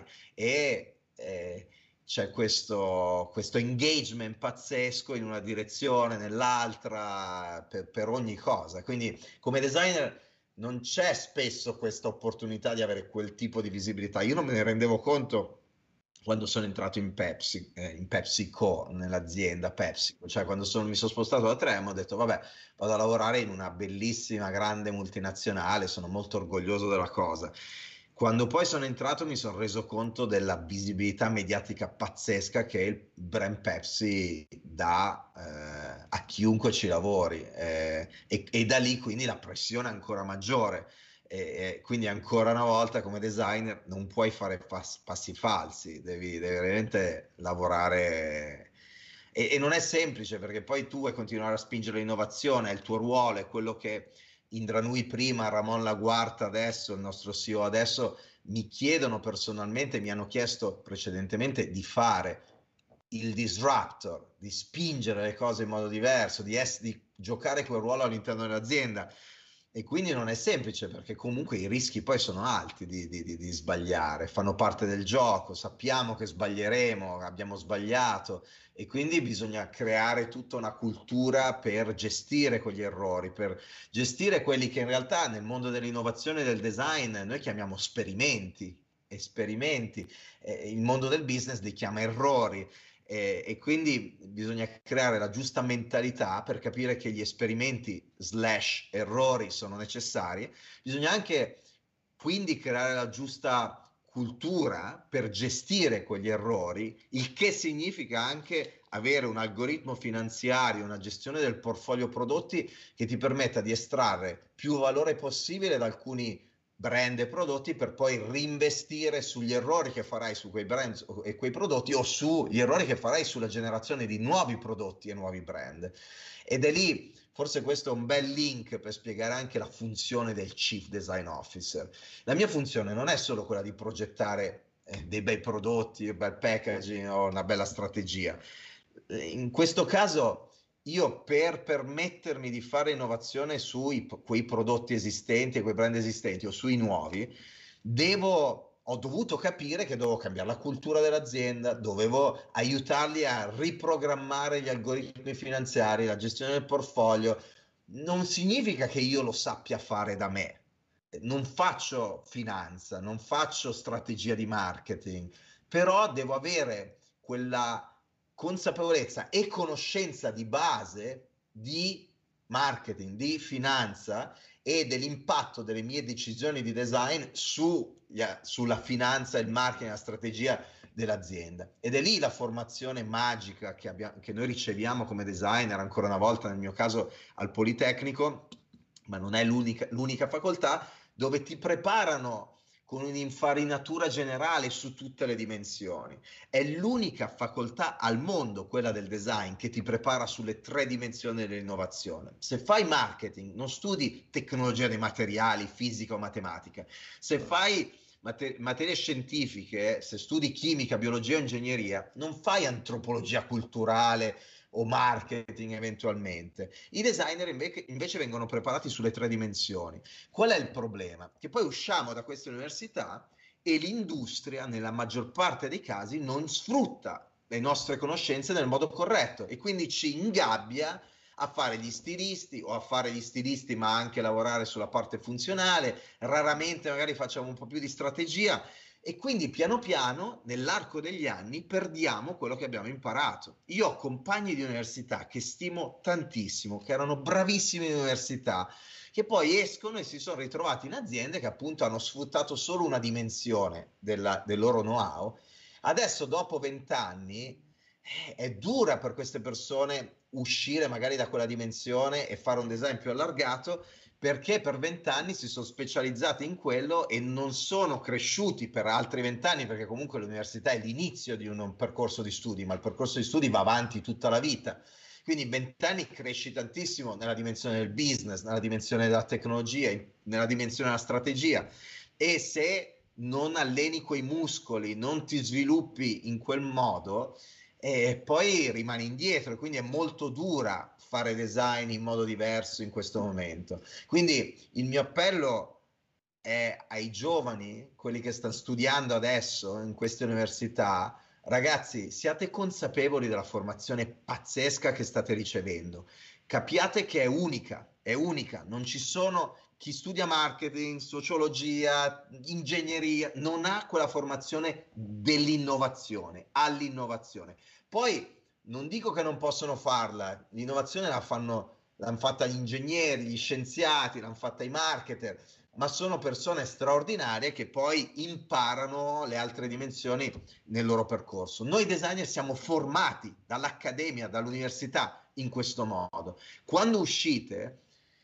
e eh, c'è questo, questo engagement pazzesco in una direzione, nell'altra, per, per ogni cosa. Quindi come designer non c'è spesso questa opportunità di avere quel tipo di visibilità. Io non me ne rendevo conto quando sono entrato in Pepsi, eh, in PepsiCo, nell'azienda PepsiCo, cioè quando sono, mi sono spostato da Tremo, ho detto vabbè, vado a lavorare in una bellissima, grande multinazionale, sono molto orgoglioso della cosa. Quando poi sono entrato mi sono reso conto della visibilità mediatica pazzesca che il brand Pepsi dà, eh, a chiunque ci lavori, eh, e, e da lì quindi la pressione è ancora maggiore. E, e quindi ancora una volta come designer non puoi fare pas- passi falsi, devi, devi veramente lavorare. E, e non è semplice perché poi tu vuoi continuare a spingere l'innovazione, è il tuo ruolo, è quello che Indra Nui prima, Ramon Laguarta adesso, il nostro C E O adesso, mi chiedono personalmente, mi hanno chiesto precedentemente di fare il disruptor, di spingere le cose in modo diverso, di, ess- di giocare quel ruolo all'interno dell'azienda. E quindi non è semplice perché comunque i rischi poi sono alti di, di- di- di sbagliare, fanno parte del gioco, sappiamo che sbaglieremo, abbiamo sbagliato e quindi bisogna creare tutta una cultura per gestire quegli errori, per gestire quelli che in realtà nel mondo dell'innovazione e del design noi chiamiamo sperimenti, esperimenti, eh, il mondo del business li chiama errori. E, e quindi bisogna creare la giusta mentalità per capire che gli esperimenti slash errori sono necessari. Bisogna anche quindi creare la giusta cultura per gestire quegli errori, il che significa anche avere un algoritmo finanziario, una gestione del portfolio prodotti che ti permetta di estrarre più valore possibile da alcuni brand e prodotti per poi reinvestire sugli errori che farai su quei brand e quei prodotti o sugli errori che farai sulla generazione di nuovi prodotti e nuovi brand. Ed è lì, forse questo è un bel link per spiegare anche la funzione del Chief Design Officer. La mia funzione non è solo quella di progettare eh, dei bei prodotti, un bel packaging o una bella strategia. In questo caso io per permettermi di fare innovazione sui quei prodotti esistenti e quei brand esistenti o sui nuovi, devo, ho dovuto capire che dovevo cambiare la cultura dell'azienda, dovevo aiutarli a riprogrammare gli algoritmi finanziari, la gestione del portfolio. Non significa che io lo sappia fare da me. Non faccio finanza, non faccio strategia di marketing, però devo avere quella consapevolezza e conoscenza di base di marketing, di finanza e dell'impatto delle mie decisioni di design su, sulla finanza, il marketing, la strategia dell'azienda. Ed è lì la formazione magica che, abbiamo, che noi riceviamo come designer, ancora una volta nel mio caso al Politecnico, ma non è l'unica, l'unica facoltà, dove ti preparano con un'infarinatura generale su tutte le dimensioni. È l'unica facoltà al mondo, quella del design, che ti prepara sulle tre dimensioni dell'innovazione. Se fai marketing, non studi tecnologia dei materiali, fisica o matematica. Se fai mater- materie scientifiche, se studi chimica, biologia o ingegneria, non fai antropologia culturale o marketing eventualmente. I designer invece, invece vengono preparati sulle tre dimensioni. Qual è il problema? Che poi usciamo da queste università e l'industria, nella maggior parte dei casi, non sfrutta le nostre conoscenze nel modo corretto e quindi ci ingabbia a fare gli stilisti o a fare gli stilisti ma anche lavorare sulla parte funzionale, raramente magari facciamo un po' più di strategia e quindi piano piano nell'arco degli anni perdiamo quello che abbiamo imparato. Io ho compagni di università che stimo tantissimo, che erano bravissimi in università, che poi escono e si sono ritrovati in aziende che appunto hanno sfruttato solo una dimensione della, del loro know-how. Adesso dopo vent'anni eh, è dura per queste persone uscire magari da quella dimensione e fare un design più allargato, perché per vent'anni si sono specializzati in quello e non sono cresciuti per altri vent'anni, perché comunque l'università è l'inizio di un, un percorso di studi, ma il percorso di studi va avanti tutta la vita. Quindi in vent'anni cresci tantissimo nella dimensione del business, nella dimensione della tecnologia, nella dimensione della strategia e se non alleni quei muscoli, non ti sviluppi in quel modo, e poi rimani indietro, quindi è molto dura fare design in modo diverso in questo momento. Quindi il mio appello è ai giovani, quelli che stanno studiando adesso in queste università: ragazzi, siate consapevoli della formazione pazzesca che state ricevendo. Capiate che è unica, è unica, non ci sono chi studia marketing, sociologia, ingegneria, non ha quella formazione dell'innovazione, all'innovazione. Poi non dico che non possono farla, l'innovazione la fanno, l'hanno fatta gli ingegneri, gli scienziati, l'hanno fatta i marketer, ma sono persone straordinarie che poi imparano le altre dimensioni nel loro percorso. Noi designer siamo formati dall'accademia, dall'università in questo modo. Quando uscite,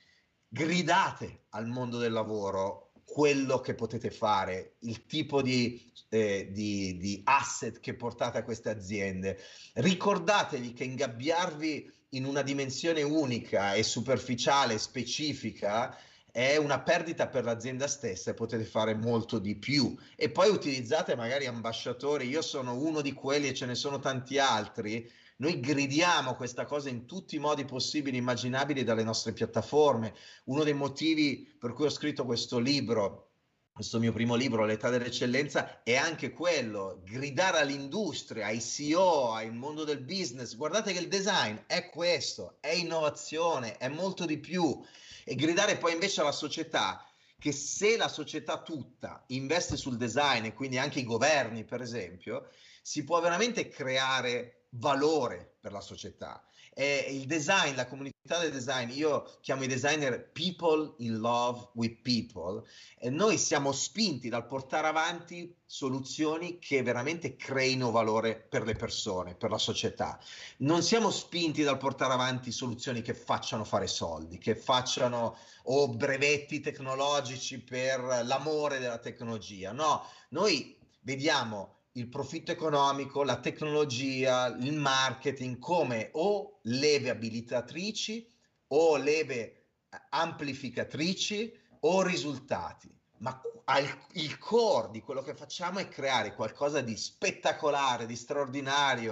gridate al mondo del lavoro quello che potete fare, il tipo di, eh, di, di asset che portate a queste aziende. Ricordatevi che ingabbiarvi in una dimensione unica e superficiale, specifica, è una perdita per l'azienda stessa e potete fare molto di più. E poi utilizzate magari ambasciatori, io sono uno di quelli e ce ne sono tanti altri. Noi gridiamo questa cosa in tutti i modi possibili e immaginabili dalle nostre piattaforme. Uno dei motivi per cui ho scritto questo libro, questo mio primo libro, L'età dell'eccellenza, è anche quello: gridare all'industria, ai C E O, al mondo del business: guardate che il design è questo, è innovazione, è molto di più. E gridare poi invece alla società che se la società tutta investe sul design, e quindi anche i governi per esempio, si può veramente creare valore per la società. E il design, la comunità del design, io chiamo i designer people in love with people, e noi siamo spinti dal portare avanti soluzioni che veramente creino valore per le persone, per la società. Non siamo spinti dal portare avanti soluzioni che facciano fare soldi, che facciano o brevetti tecnologici per l'amore della tecnologia. No, noi vediamo il profitto economico, la tecnologia, il marketing come o leve abilitatrici o leve amplificatrici o risultati, ma il core di quello che facciamo è creare qualcosa di spettacolare, di straordinario,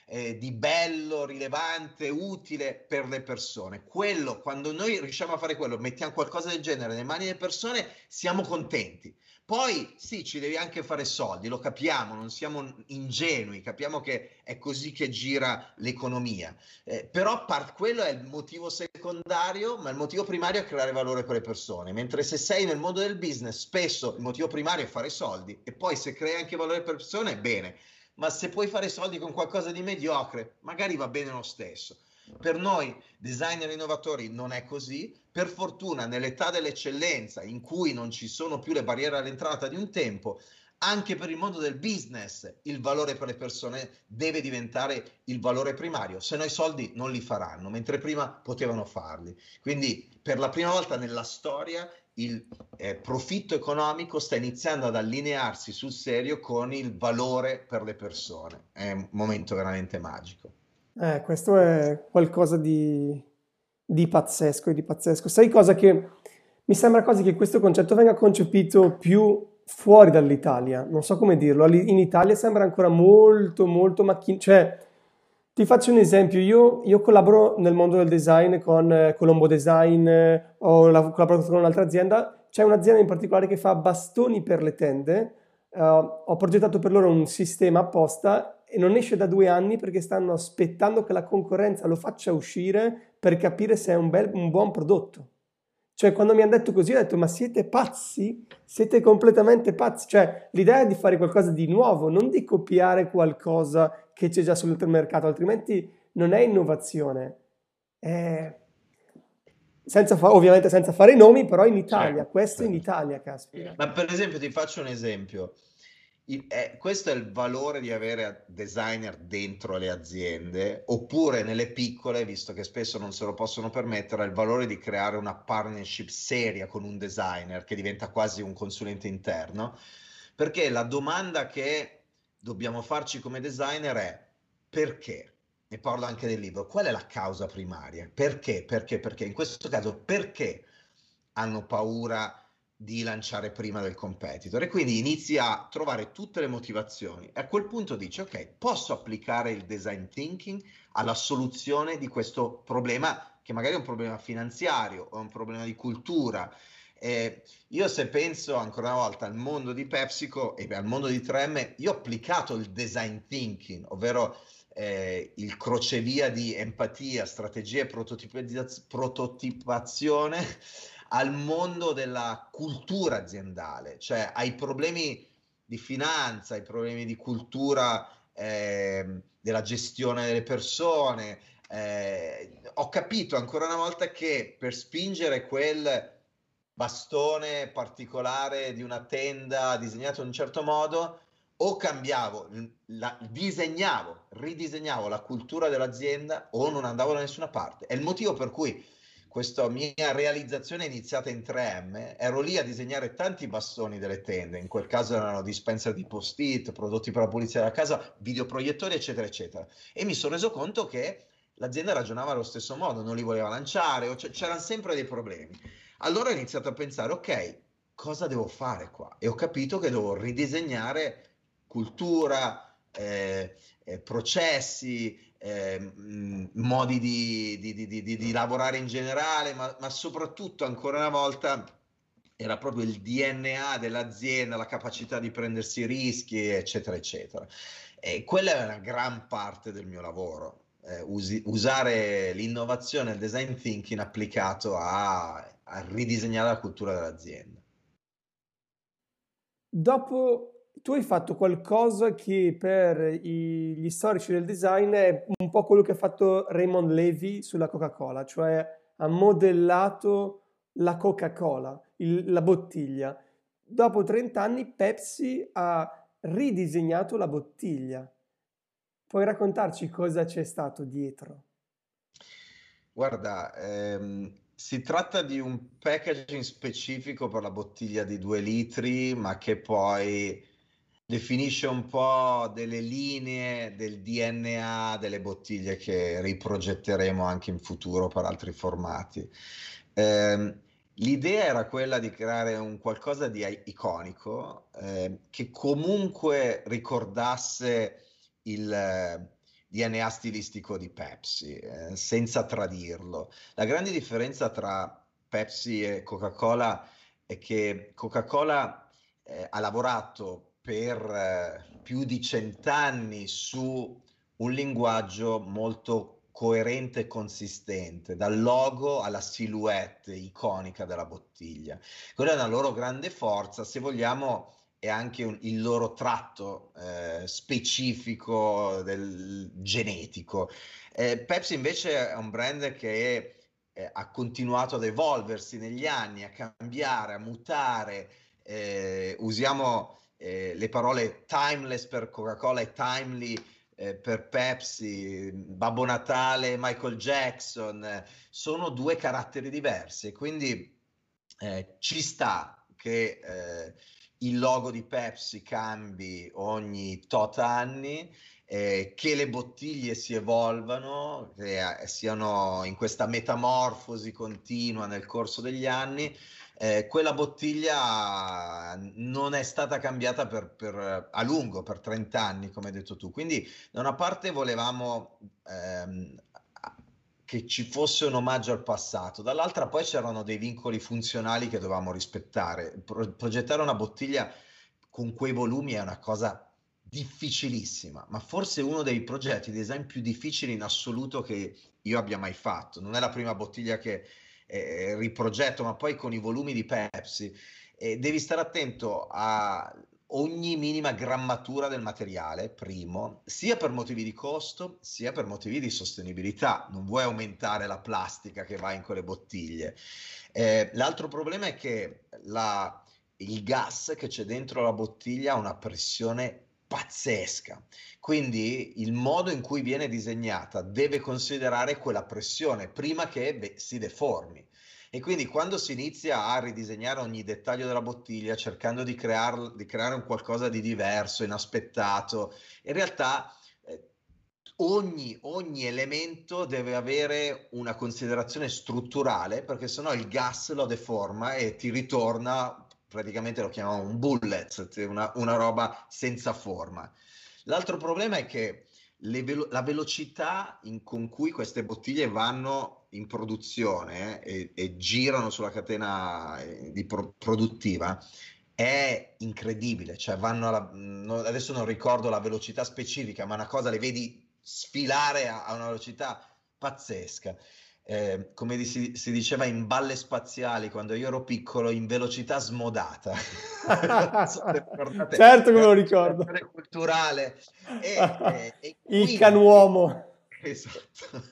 eh, di bello, rilevante, utile per le persone. Quello, quando noi riusciamo a fare quello, mettiamo qualcosa del genere nelle mani delle persone, siamo contenti. Poi sì, ci devi anche fare soldi, lo capiamo, non siamo ingenui, capiamo che è così che gira l'economia. Eh, però par- quello è il motivo secondario, ma il motivo primario è creare valore per le persone. Mentre se sei nel mondo del business, spesso il motivo primario è fare soldi e poi se crei anche valore per le persone, bene. Ma se puoi fare soldi con qualcosa di mediocre, magari va bene lo stesso. Per noi designer innovatori non è così. Per fortuna, nell'età dell'eccellenza, in cui non ci sono più le barriere all'entrata di un tempo, anche per il mondo del business il valore per le persone deve diventare il valore primario, se no i soldi non li faranno, mentre prima potevano farli. Quindi per la prima volta nella storia il eh, profitto economico sta iniziando ad allinearsi sul serio con il valore per le persone. È un momento veramente magico. Eh, questo è qualcosa di, di pazzesco e di pazzesco. Sai cosa che mi sembra quasi che questo concetto venga concepito più fuori dall'Italia. Non so come dirlo. Alli- In Italia sembra ancora molto, molto macchina. Cioè, ti faccio un esempio. Io, io collaboro nel mondo del design con eh, Colombo Design, eh, ho lav- collaborato con un'altra azienda. C'è un'azienda in particolare che fa bastoni per le tende. Eh, ho progettato per loro un sistema apposta e non esce da due anni perché stanno aspettando che la concorrenza lo faccia uscire per capire se è un, bel- un buon prodotto. Cioè, quando mi hanno detto così, ho detto, ma siete pazzi? Siete completamente pazzi. Cioè, l'idea è di fare qualcosa di nuovo, non di copiare qualcosa che c'è già sul mercato, altrimenti non è innovazione. È- senza fa- ovviamente senza fare nomi, però in Italia, Certo, questo in certo. Italia, caspita. Ma per esempio ti faccio un esempio. Il- eh, questo è il valore di avere designer dentro le aziende, oppure nelle piccole, visto che spesso non se lo possono permettere, il valore di creare una partnership seria con un designer che diventa quasi un consulente interno, perché la domanda che dobbiamo farci come designer è perché? Ne parlo anche del libro. Qual è la causa primaria? Perché? Perché? Perché? In questo caso, perché hanno paura di lanciare prima del competitor? E quindi inizi a trovare tutte le motivazioni e a quel punto dici, ok, posso applicare il design thinking alla soluzione di questo problema che magari è un problema finanziario o un problema di cultura. Eh, io se penso ancora una volta al mondo di PepsiCo e al mondo di tre M, io ho applicato il design thinking, ovvero eh, il crocevia di empatia, strategia e prototipizza- prototipazione al mondo della cultura aziendale, cioè ai problemi di finanza, ai problemi di cultura eh, della gestione delle persone. Eh, ho capito ancora una volta che per spingere quel bastone particolare di una tenda disegnato in un certo modo, o cambiavo, la, disegnavo, ridisegnavo la cultura dell'azienda o non andavo da nessuna parte. È il motivo per cui questa mia realizzazione è iniziata in tre M, ero lì a disegnare tanti bastoni delle tende, in quel caso erano dispenser di post-it, prodotti per la pulizia della casa, videoproiettori, eccetera, eccetera. E mi sono reso conto che l'azienda ragionava allo stesso modo, non li voleva lanciare, o c'erano sempre dei problemi. Allora ho iniziato a pensare, ok, cosa devo fare qua? E ho capito che devo ridisegnare cultura, eh, eh, processi, eh, mh, modi di, di, di, di, di lavorare in generale, ma, ma soprattutto ancora una volta era proprio il D N A dell'azienda, la capacità di prendersi rischi, eccetera, eccetera. E quella è una gran parte del mio lavoro. Eh, usi, usare l'innovazione e il design thinking applicato a, a ridisegnare la cultura dell'azienda. Dopo, tu hai fatto qualcosa che per i- gli storici del design è un po' quello che ha fatto Raymond Levy sulla Coca-Cola, cioè ha modellato la Coca-Cola, il- la bottiglia. Dopo trenta anni Pepsi ha ridisegnato la bottiglia. Puoi raccontarci cosa c'è stato dietro? Guarda, ehm, si tratta di un packaging specifico per la bottiglia di due litri, ma che poi definisce un po' delle linee del D N A delle bottiglie che riprogetteremo anche in futuro per altri formati. Ehm, L'idea era quella di creare un qualcosa di i- iconico, eh, che comunque ricordasse il, D N A stilistico di Pepsi, eh, senza tradirlo. La grande differenza tra Pepsi e Coca-Cola è che Coca-Cola eh, ha lavorato per eh, più di cent'anni su un linguaggio molto coerente e consistente, dal logo alla silhouette iconica della bottiglia. Quella è una loro grande forza, se vogliamo, è anche un, il loro tratto eh, specifico del genetico. Eh, Pepsi invece è un brand che eh, ha continuato ad evolversi negli anni, a cambiare, a mutare. Eh, usiamo eh, le parole timeless per Coca-Cola e timely eh, per Pepsi, Babbo Natale, Michael Jackson, eh, sono due caratteri diversi, quindi eh, ci sta che eh, il logo di Pepsi cambi ogni tot anni, eh, che le bottiglie si evolvano, che eh, siano in questa metamorfosi continua nel corso degli anni. Eh, quella bottiglia non è stata cambiata per, per, a lungo, per trenta anni, come hai detto tu. Quindi da una parte volevamo ehm, che ci fosse un omaggio al passato, dall'altra poi c'erano dei vincoli funzionali che dovevamo rispettare. Pro- progettare una bottiglia con quei volumi è una cosa difficilissima, ma forse uno dei progetti di design più difficili in assoluto che io abbia mai fatto. Non è la prima bottiglia che eh, riprogetto, ma poi con i volumi di Pepsi. Eh, devi stare attento a ogni minima grammatura del materiale, primo, sia per motivi di costo, sia per motivi di sostenibilità. Non vuoi aumentare la plastica che va in quelle bottiglie. Eh, l'altro problema è che la, il gas che c'è dentro la bottiglia ha una pressione pazzesca. Quindi il modo in cui viene disegnata deve considerare quella pressione prima che beh, si deformi. E quindi quando si inizia a ridisegnare ogni dettaglio della bottiglia cercando di, crear, di creare un qualcosa di diverso, inaspettato, in realtà eh, ogni, ogni elemento deve avere una considerazione strutturale, perché sennò il gas lo deforma e ti ritorna, praticamente lo chiamiamo un bullet, una, una roba senza forma. L'altro problema è che le velo- la velocità in- con cui queste bottiglie vanno in produzione eh, e, e girano sulla catena eh, di pro- produttiva è incredibile, cioè vanno alla, no, adesso non ricordo la velocità specifica, ma una cosa le vedi sfilare a, a una velocità pazzesca. Eh, come di- si, si diceva in balle spaziali quando io ero piccolo, in velocità smodata. Non so se ricordate, Certo che me era lo ricordo. un'espressione culturale. E, e, e Il quindi, canuomo. esatto,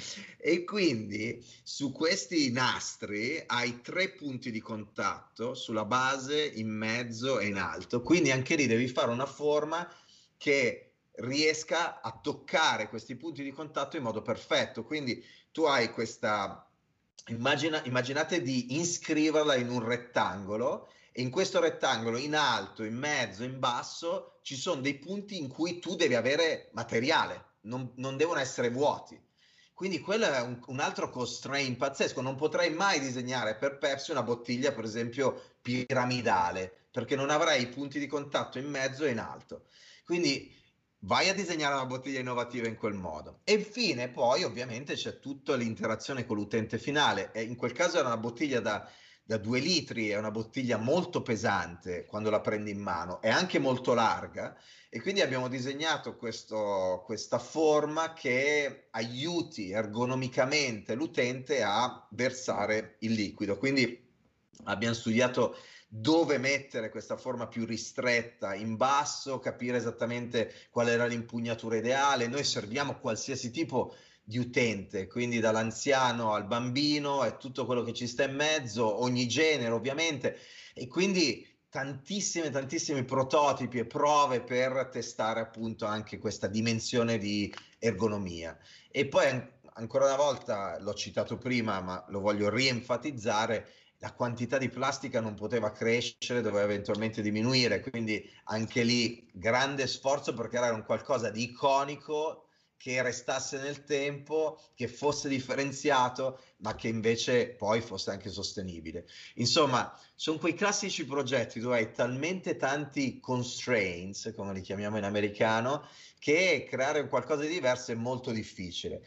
e quindi su questi nastri hai tre punti di contatto sulla base, in mezzo e in alto. Quindi anche lì devi fare una forma che riesca a toccare questi punti di contatto in modo perfetto. Quindi tu hai questa, immagina, immaginate di iscriverla in un rettangolo e in questo rettangolo in alto, in mezzo, in basso ci sono dei punti in cui tu devi avere materiale, non, non devono essere vuoti. Quindi quello è un, un altro constraint pazzesco. Non potrei mai disegnare per Pepsi una bottiglia, per esempio, piramidale, perché non avrai i punti di contatto in mezzo e in alto. Quindi vai a disegnare una bottiglia innovativa in quel modo. E infine, poi, ovviamente, c'è tutta l'interazione con l'utente finale. E in quel caso era una bottiglia da, da due litri, è una bottiglia molto pesante quando la prendi in mano, è anche molto larga. E quindi abbiamo disegnato questo, questa forma che aiuti ergonomicamente l'utente a versare il liquido. Quindi abbiamo studiato dove mettere questa forma più ristretta in basso, capire esattamente qual era l'impugnatura ideale. Noi serviamo qualsiasi tipo di utente, quindi dall'anziano al bambino e tutto quello che ci sta in mezzo, ogni genere ovviamente, e quindi tantissimi, tantissimi prototipi e prove per testare appunto anche questa dimensione di ergonomia. E poi an- ancora una volta, l'ho citato prima, ma lo voglio rienfatizzare, la quantità di plastica non poteva crescere, doveva eventualmente diminuire, quindi anche lì grande sforzo perché era un qualcosa di iconico che restasse nel tempo, che fosse differenziato, ma che invece poi fosse anche sostenibile. Insomma, sono quei classici progetti dove hai talmente tanti constraints, come li chiamiamo in americano, che creare un qualcosa di diverso è molto difficile.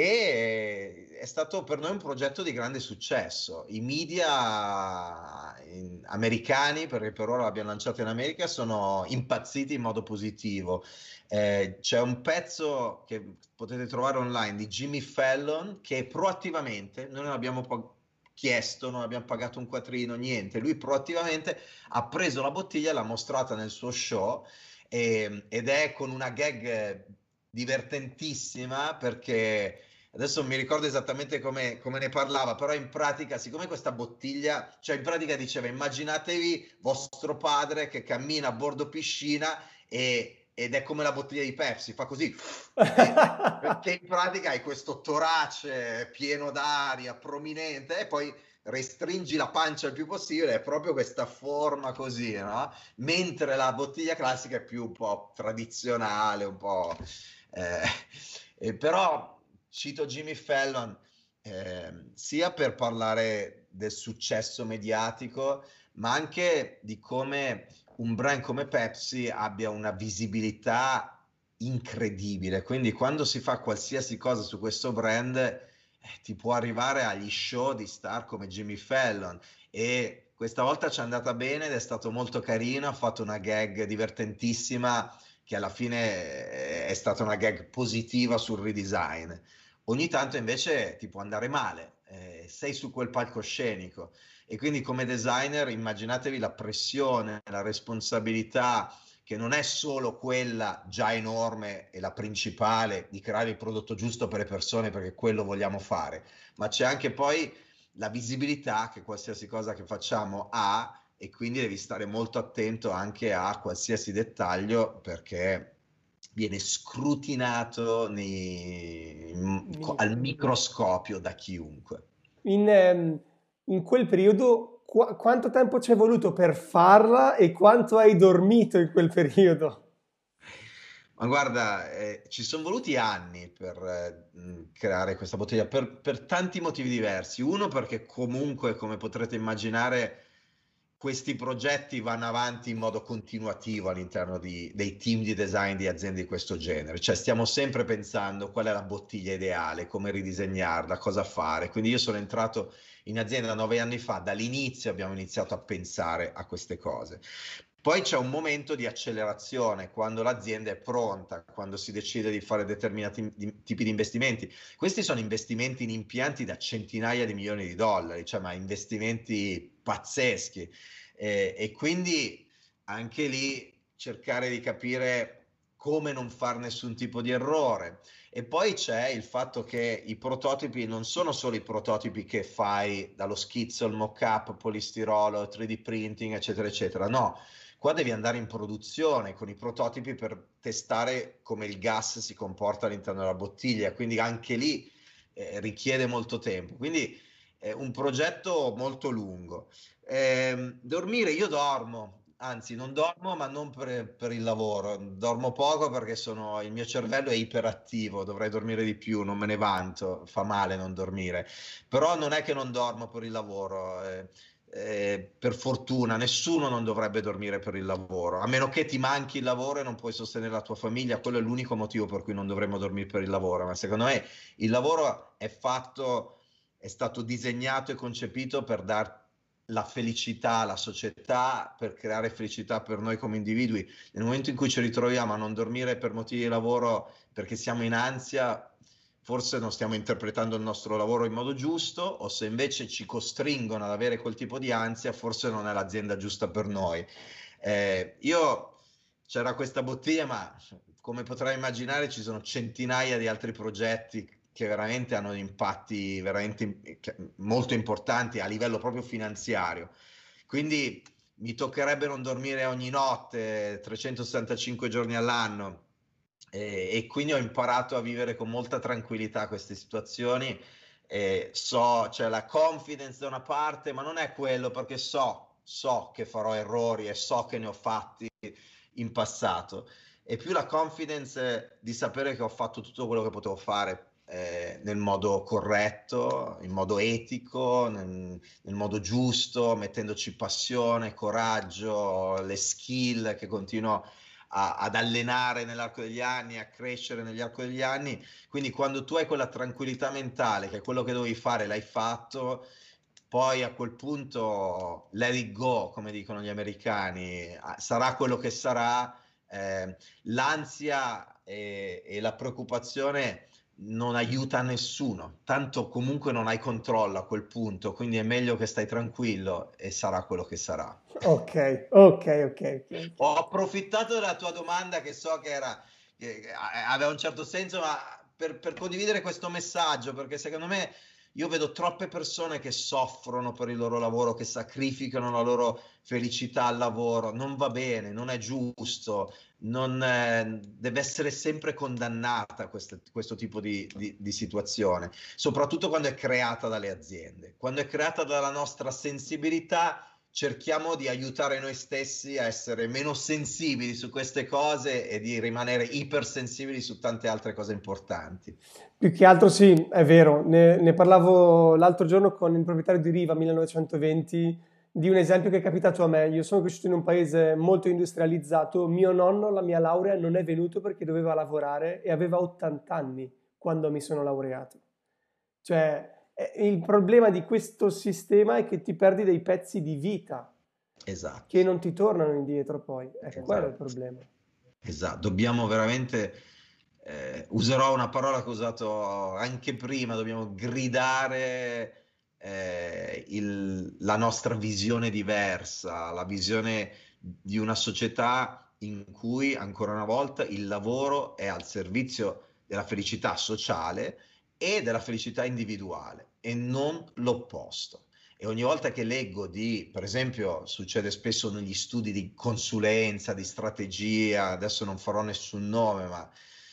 E è stato per noi un progetto di grande successo. I media in- americani, perché per ora l'abbiamo lanciato in America, sono impazziti in modo positivo. Eh, c'è un pezzo che potete trovare online di Jimmy Fallon che proattivamente, noi non abbiamo pa- chiesto, non abbiamo pagato un quattrino, niente, lui proattivamente ha preso la bottiglia e l'ha mostrata nel suo show e- ed è con una gag divertentissima perché adesso non mi ricordo esattamente come, come ne parlava, però in pratica, siccome questa bottiglia, cioè in pratica diceva immaginatevi vostro padre che cammina a bordo piscina e, ed è come la bottiglia di Pepsi, fa così, e, perché in pratica hai questo torace pieno d'aria, prominente, e poi restringi la pancia il più possibile, è proprio questa forma così, no? Mentre la bottiglia classica è più un po' tradizionale, un po'... Eh, eh, però cito Jimmy Fallon eh, sia per parlare del successo mediatico, ma anche di come un brand come Pepsi abbia una visibilità incredibile. Quindi quando si fa qualsiasi cosa su questo brand, eh, ti può arrivare agli show di star come Jimmy Fallon e questa volta ci è andata bene ed è stato molto carino, ha fatto una gag divertentissima che alla fine è stata una gag positiva sul redesign. Ogni tanto invece ti può andare male, eh, sei su quel palcoscenico e quindi come designer immaginatevi la pressione, la responsabilità che non è solo quella già enorme e la principale di creare il prodotto giusto per le persone perché quello vogliamo fare, ma c'è anche poi la visibilità che qualsiasi cosa che facciamo ha e quindi devi stare molto attento anche a qualsiasi dettaglio perché viene scrutinato nei, al microscopio da chiunque. In, ehm, in quel periodo, qua- quanto tempo ci è voluto per farla e quanto hai dormito in quel periodo? Ma guarda, eh, ci sono voluti anni per eh, mh, creare questa bottiglia, per, per tanti motivi diversi. Uno perché comunque, come potrete immaginare, questi progetti vanno avanti in modo continuativo all'interno di- dei team di design di aziende di questo genere. Cioè stiamo sempre pensando qual è la bottiglia ideale, come ridisegnarla, cosa fare. Quindi io sono entrato in azienda nove anni fa, dall'inizio abbiamo iniziato a pensare a queste cose. Poi c'è un momento di accelerazione quando l'azienda è pronta, quando si decide di fare determinati di- tipi di investimenti. Questi sono investimenti in impianti da centinaia di milioni di dollari, cioè ma investimenti pazzeschi. Eh, e quindi anche lì cercare di capire come non fare nessun tipo di errore. E poi c'è il fatto che i prototipi non sono solo i prototipi che fai dallo schizzo, il mock-up, polistirolo, tre D printing, eccetera, eccetera. No, qua devi andare in produzione con i prototipi per testare come il gas si comporta all'interno della bottiglia, quindi anche lì eh, richiede molto tempo. Quindi è un progetto molto lungo. Eh, dormire, io dormo, anzi non dormo, ma non per, per il lavoro, dormo poco perché sono, il mio cervello è iperattivo, dovrei dormire di più, non me ne vanto, fa male non dormire, però non è che non dormo per il lavoro. Eh, eh, per fortuna nessuno non dovrebbe dormire per il lavoro, a meno che ti manchi il lavoro e non puoi sostenere la tua famiglia, quello è l'unico motivo per cui non dovremmo dormire per il lavoro, ma secondo me il lavoro è fatto, è stato disegnato e concepito per dar la felicità alla società, per creare felicità per noi come individui. Nel momento in cui ci ritroviamo a non dormire per motivi di lavoro perché siamo in ansia, forse non stiamo interpretando il nostro lavoro in modo giusto, o se invece ci costringono ad avere quel tipo di ansia, forse non è l'azienda giusta per noi. Eh, io c'era questa bottiglia, ma come potrai immaginare ci sono centinaia di altri progetti che veramente hanno impatti veramente molto importanti a livello proprio finanziario. Quindi mi toccherebbe non dormire ogni notte, trecentosessantacinque giorni all'anno e, e quindi ho imparato a vivere con molta tranquillità queste situazioni. E so, c'è la confidence da una parte, ma non è quello perché so, so che farò errori e so che ne ho fatti in passato. E più la confidence di sapere che ho fatto tutto quello che potevo fare eh, nel modo corretto, in modo etico, nel, nel modo giusto, mettendoci passione, coraggio, le skill che continuo a, ad allenare nell'arco degli anni, a crescere nell'arco degli anni. Quindi quando tu hai quella tranquillità mentale che quello che dovevi fare l'hai fatto, poi a quel punto let it go, come dicono gli americani, sarà quello che sarà. Eh, l'ansia e, e la preoccupazione non aiuta nessuno, tanto comunque non hai controllo a quel punto, quindi è meglio che stai tranquillo e sarà quello che sarà. Ok, ok, ok, ok, ok. Ho approfittato della tua domanda che so che era, che che aveva un certo senso, ma per, per condividere questo messaggio, perché secondo me io vedo troppe persone che soffrono per il loro lavoro, che sacrificano la loro felicità al lavoro. Non va bene, non è giusto, non, eh, deve essere sempre condannata queste- questo tipo di, di- di situazione, soprattutto quando è creata dalle aziende. Quando è creata dalla nostra sensibilità, cerchiamo di aiutare noi stessi a essere meno sensibili su queste cose e di rimanere ipersensibili su tante altre cose importanti. Più che altro sì, è vero, ne, ne parlavo l'altro giorno con il proprietario di Riva millenovecentoventi di un esempio che è capitato a me. Io sono cresciuto in un paese molto industrializzato, mio nonno la mia laurea non è venuto perché doveva lavorare e aveva ottanta anni quando mi sono laureato. Cioè, eh, il problema di questo sistema è che ti perdi dei pezzi di vita che Esatto, non ti tornano indietro poi, è quello il esatto, problema. esatto. Dobbiamo veramente, eh, userò una parola che ho usato anche prima, dobbiamo gridare eh, il- la nostra visione diversa, la visione di una società in cui, ancora una volta, il lavoro è al servizio della felicità sociale e della felicità individuale e non l'opposto. E ogni volta che leggo di, per esempio, succede spesso negli studi di consulenza, di strategia, adesso non farò nessun nome, ma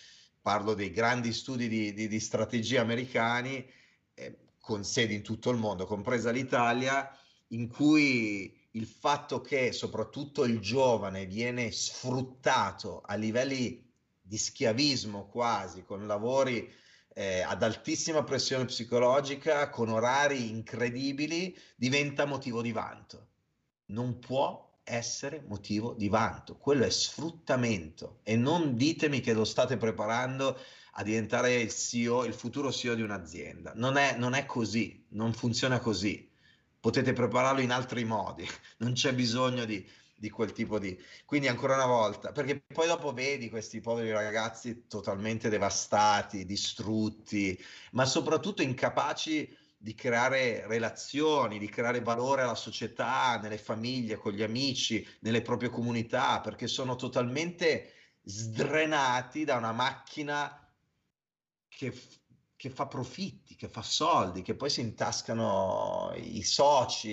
parlo dei grandi studi di, di- di strategia americani, eh, con sedi in tutto il mondo, compresa l'Italia, in cui il fatto che soprattutto il giovane viene sfruttato a livelli di schiavismo quasi, con lavori eh, ad altissima pressione psicologica, con orari incredibili, diventa motivo di vanto. Non può essere motivo di vanto, quello è sfruttamento e non ditemi che lo state preparando a diventare il C E O, il futuro C E O di un'azienda. Non è, non è così, non funziona così. Potete prepararlo in altri modi, non c'è bisogno di, di quel tipo di... Quindi ancora una volta, perché poi dopo vedi questi poveri ragazzi totalmente devastati, distrutti, ma soprattutto incapaci di creare relazioni, di creare valore alla società, nelle famiglie, con gli amici, nelle proprie comunità, perché sono totalmente sdrenati da una macchina che, che fa profitti, che fa soldi, che poi si intascano i soci,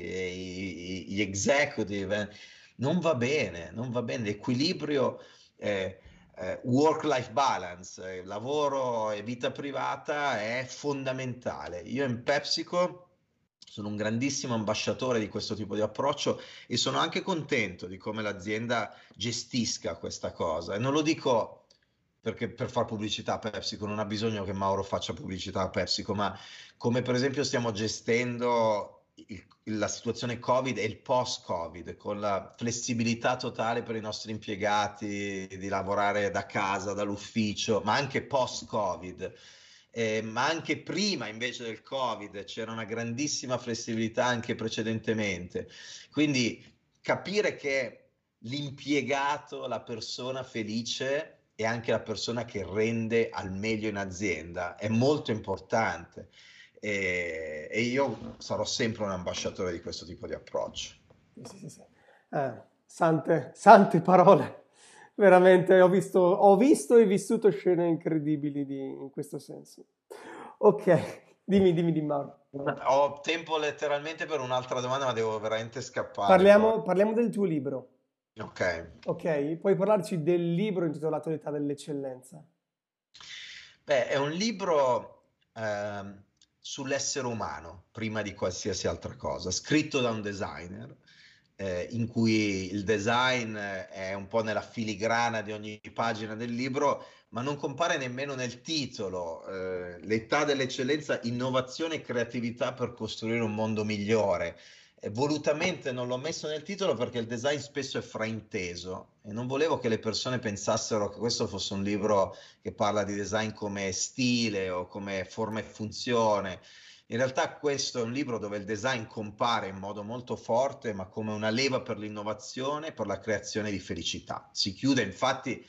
i, gli executive. Non va bene, non va bene. L'equilibrio, eh, eh, work-life balance, eh, lavoro e vita privata è fondamentale. Io in PepsiCo sono un grandissimo ambasciatore di questo tipo di approccio e sono anche contento di come l'azienda gestisca questa cosa. E non lo dico perché per far pubblicità a PepsiCo, non ha bisogno che Mauro faccia pubblicità a PepsiCo, ma come per esempio stiamo gestendo il- la situazione Covid e il post-Covid, con la flessibilità totale per i nostri impiegati di lavorare da casa, dall'ufficio, ma anche post-Covid. Eh, ma anche prima invece del Covid c'era una grandissima flessibilità anche precedentemente. Quindi capire che l'impiegato, la persona felice è anche la persona che rende al meglio in azienda, è molto importante e, e io sarò sempre un ambasciatore di questo tipo di approccio. Sì, sì, sì, sì. Eh, sante, sante parole. Veramente ho visto, ho visto e vissuto scene incredibili di- in questo senso. Ok, dimmi, dimmi, dimmi, Mauro. Ho tempo letteralmente per un'altra domanda, ma devo veramente scappare poi. Parliamo, parliamo del tuo libro, Ok. ok? Puoi parlarci del libro intitolato L'età dell'eccellenza. Beh, è un libro ehm, sull'essere umano, prima di qualsiasi altra cosa, scritto da un designer, eh, in cui il design è un po' nella filigrana di ogni pagina del libro, ma non compare nemmeno nel titolo. Eh, l'età dell'eccellenza, innovazione e creatività per costruire un mondo migliore. Eh, volutamente non l'ho messo nel titolo perché il design spesso è frainteso e non volevo che le persone pensassero che questo fosse un libro che parla di design come stile o come forma e funzione. In realtà questo è un libro dove il design compare in modo molto forte, ma come una leva per l'innovazione, per la creazione di felicità. Si chiude infatti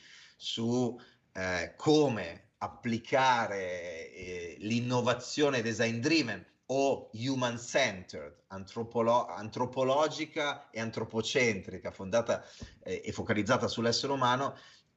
su eh, come applicare eh, l'innovazione design driven o human centered, antropolo- antropologica e antropocentrica, fondata eh, e focalizzata sull'essere umano,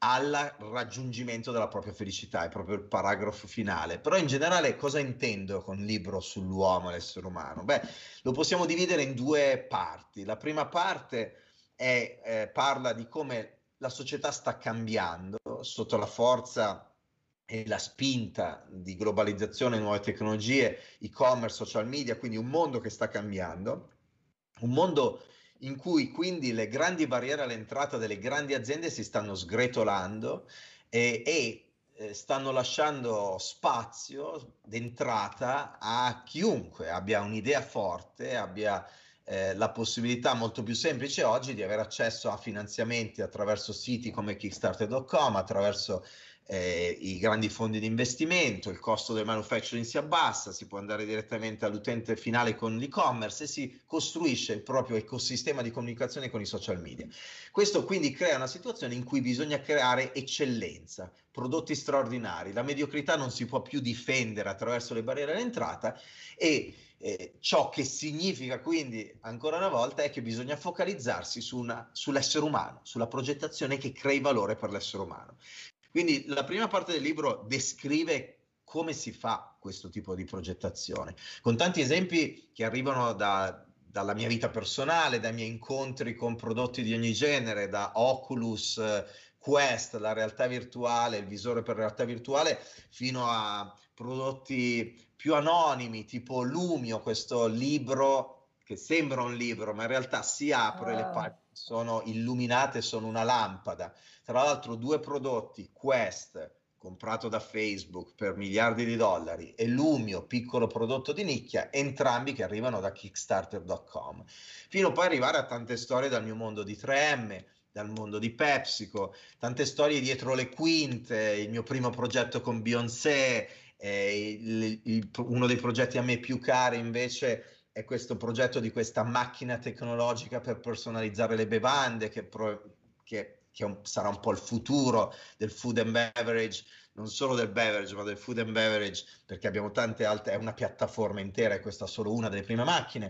al raggiungimento della propria felicità, è proprio il paragrafo finale. Però in generale cosa intendo con libro sull'uomo e l'essere umano? Beh, lo possiamo dividere in due parti. La prima parte è, eh, parla di come la società sta cambiando sotto la forza e la spinta di globalizzazione, nuove tecnologie, e-commerce, social media, quindi un mondo che sta cambiando, un mondo in cui quindi le grandi barriere all'entrata delle grandi aziende si stanno sgretolando e, e eh, stanno lasciando spazio d'entrata a chiunque abbia un'idea forte, abbia eh, la possibilità molto più semplice oggi di avere accesso a finanziamenti attraverso siti come Kickstarter punto com, attraverso eh, i grandi fondi di investimento, il costo del manufacturing si abbassa, si può andare direttamente all'utente finale con l'e-commerce e si costruisce il proprio ecosistema di comunicazione con i social media. Questo quindi crea una situazione in cui bisogna creare eccellenza, prodotti straordinari, la mediocrità non si può più difendere attraverso le barriere all'entrata e eh, ciò che significa quindi ancora una volta è che bisogna focalizzarsi su una, sull'essere umano, sulla progettazione che crei valore per l'essere umano. Quindi la prima parte del libro descrive come si fa questo tipo di progettazione, con tanti esempi che arrivano da, dalla mia vita personale, dai miei incontri con prodotti di ogni genere, da Oculus, Quest, la realtà virtuale, il visore per realtà virtuale, fino a prodotti più anonimi, tipo Lumio, questo libro che sembra un libro, ma in realtà si apre, le Ah, pagine sono illuminate, sono una lampada. Tra l'altro due prodotti, Quest, comprato da Facebook per miliardi di dollari, e Lumio, piccolo prodotto di nicchia, entrambi che arrivano da Kickstarter punto com, fino poi arrivare a tante storie dal mio mondo di tre M, dal mondo di PepsiCo, tante storie dietro le quinte, il mio primo progetto con Beyoncé, eh, il, il, uno dei progetti a me più cari invece è questo progetto di questa macchina tecnologica per personalizzare le bevande che, pro, che, che un, sarà un po' il futuro del food and beverage, non solo del beverage ma del food and beverage, perché abbiamo tante altre, è una piattaforma intera e questa è solo una delle prime macchine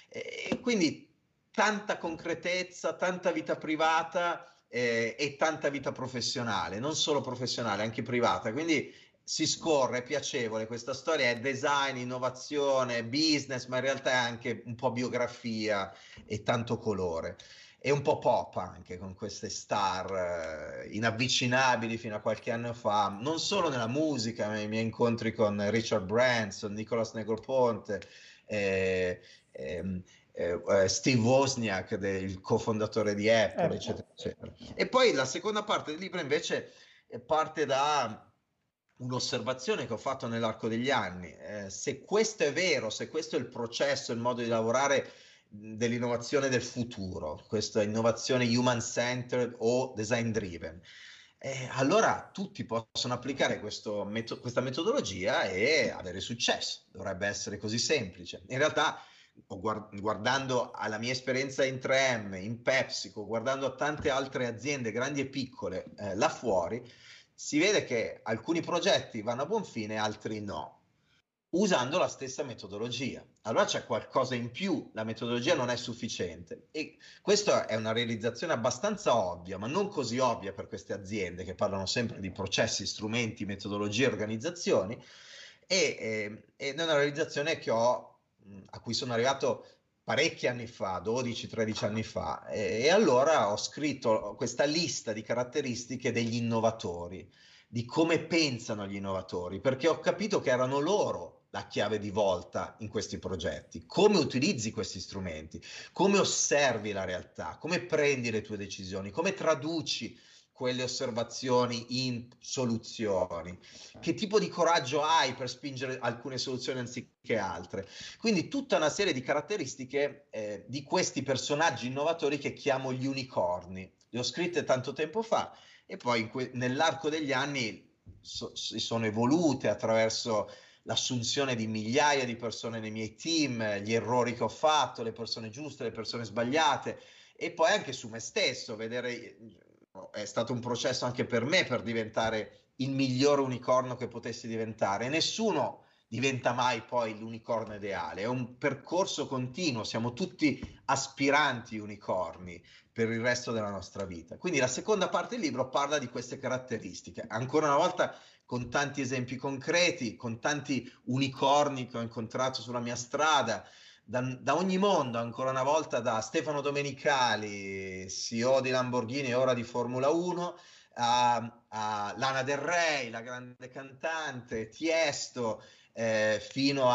e quindi tanta concretezza, tanta vita privata eh, e tanta vita professionale, non solo professionale, anche privata, quindi si scorre, è piacevole, questa storia è design, innovazione, business, ma in realtà è anche un po' biografia e tanto colore. E un po' pop anche con queste star eh, inavvicinabili fino a qualche anno fa, non solo nella musica, ma i miei incontri con Richard Branson, Nicolas Negroponte, eh, ehm, eh, Steve Wozniak, il cofondatore di Apple, ecco. eccetera, eccetera. E poi la seconda parte del libro invece parte da un'osservazione che ho fatto nell'arco degli anni. Eh, se questo è vero, se questo è il processo, il modo di lavorare dell'innovazione del futuro, questa innovazione human-centered o design-driven, eh, allora tutti possono applicare questo meto- questa metodologia e avere successo. Dovrebbe essere così semplice. In realtà, guardando alla mia esperienza in tre M, in PepsiCo, guardando a tante altre aziende grandi e piccole eh, là fuori, si vede che alcuni progetti vanno a buon fine, altri no, usando la stessa metodologia. Allora c'è qualcosa in più, la metodologia non è sufficiente e questa è una realizzazione abbastanza ovvia, ma non così ovvia per queste aziende che parlano sempre di processi, strumenti, metodologie, organizzazioni e, e, ed è una realizzazione che ho, a cui sono arrivato parecchi anni fa, dodici tredici anni fa, e, e allora ho scritto questa lista di caratteristiche degli innovatori, di come pensano gli innovatori, perché ho capito che erano loro la chiave di volta in questi progetti. Come utilizzi questi strumenti, come osservi la realtà, come prendi le tue decisioni, come traduci quelle osservazioni in soluzioni, che tipo di coraggio hai per spingere alcune soluzioni anziché altre. Quindi tutta una serie di caratteristiche eh, di questi personaggi innovatori che chiamo gli unicorni. Le ho scritte tanto tempo fa e poi nell'arco degli anni so, si sono evolute attraverso l'assunzione di migliaia di persone nei miei team, gli errori che ho fatto, le persone giuste, le persone sbagliate, e poi anche su me stesso, vedere, è stato un processo anche per me per diventare il migliore unicorno che potessi diventare. Nessuno diventa mai poi l'unicorno ideale, è un percorso continuo, siamo tutti aspiranti unicorni per il resto della nostra vita. Quindi la seconda parte del libro parla di queste caratteristiche, ancora una volta con tanti esempi concreti, con tanti unicorni che ho incontrato sulla mia strada, da, da ogni mondo, ancora una volta, da Stefano Domenicali, C E O di Lamborghini e ora di Formula uno, a, a Lana Del Rey, la grande cantante, Tiesto, eh, fino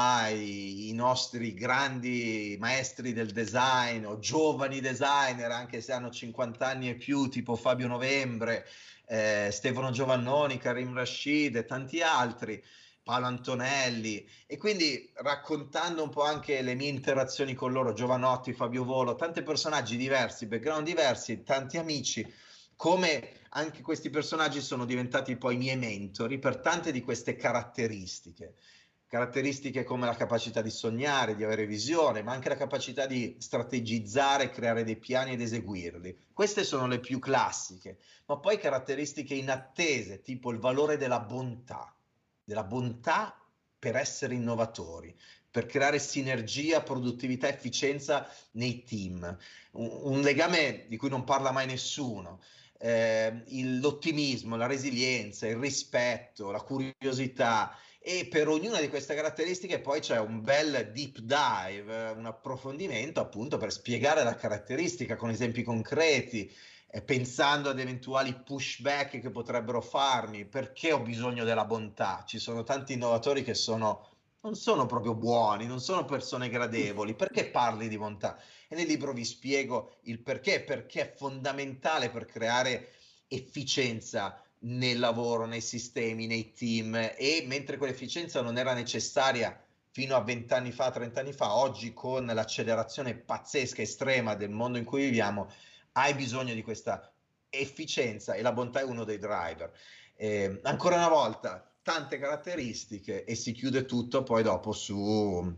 ai nostri grandi maestri del design o giovani designer, anche se hanno cinquanta anni e più, tipo Fabio Novembre, eh, Stefano Giovannoni, Karim Rashid e tanti altri, Paolo Antonelli, e quindi raccontando un po' anche le mie interazioni con loro, Giovanotti, Fabio Volo, tanti personaggi diversi, background diversi, tanti amici, come anche questi personaggi sono diventati poi miei mentori per tante di queste caratteristiche. Caratteristiche come la capacità di sognare, di avere visione, ma anche la capacità di strategizzare, creare dei piani ed eseguirli. Queste sono le più classiche, ma poi caratteristiche inattese, tipo il valore della bontà, della bontà per essere innovatori, per creare sinergia, produttività, efficienza nei team. Un, un legame di cui non parla mai nessuno. Eh, l'ottimismo, la resilienza, il rispetto, la curiosità. E per ognuna di queste caratteristiche poi c'è un bel deep dive, un approfondimento appunto per spiegare la caratteristica con esempi concreti, eh, pensando ad eventuali pushback che potrebbero farmi, perché ho bisogno della bontà. Ci sono tanti innovatori che sono, non sono proprio buoni, non sono persone gradevoli, perché parli di bontà? E nel libro vi spiego il perché, perché è fondamentale per creare efficienza nel lavoro, nei sistemi, nei team, e mentre quell'efficienza non era necessaria fino a vent'anni fa, trent'anni fa, oggi con l'accelerazione pazzesca, estrema del mondo in cui viviamo, hai bisogno di questa efficienza e la bontà è uno dei driver. Eh, ancora una volta, tante caratteristiche e si chiude tutto poi dopo su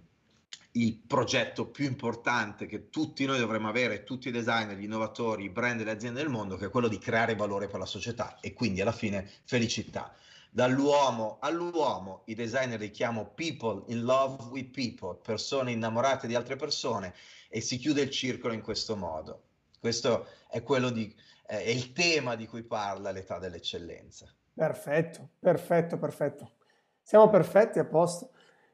il progetto più importante che tutti noi dovremmo avere, tutti i designer, gli innovatori, i brand e le aziende del mondo, che è quello di creare valore per la società e quindi alla fine felicità. Dall'uomo all'uomo, i designer li chiamo people in love with people, persone innamorate di altre persone, e si chiude il circolo in questo modo. Questo è quello di, eh, è il tema di cui parla l'età dell'eccellenza. Perfetto, perfetto, perfetto. Siamo perfetti, a posto.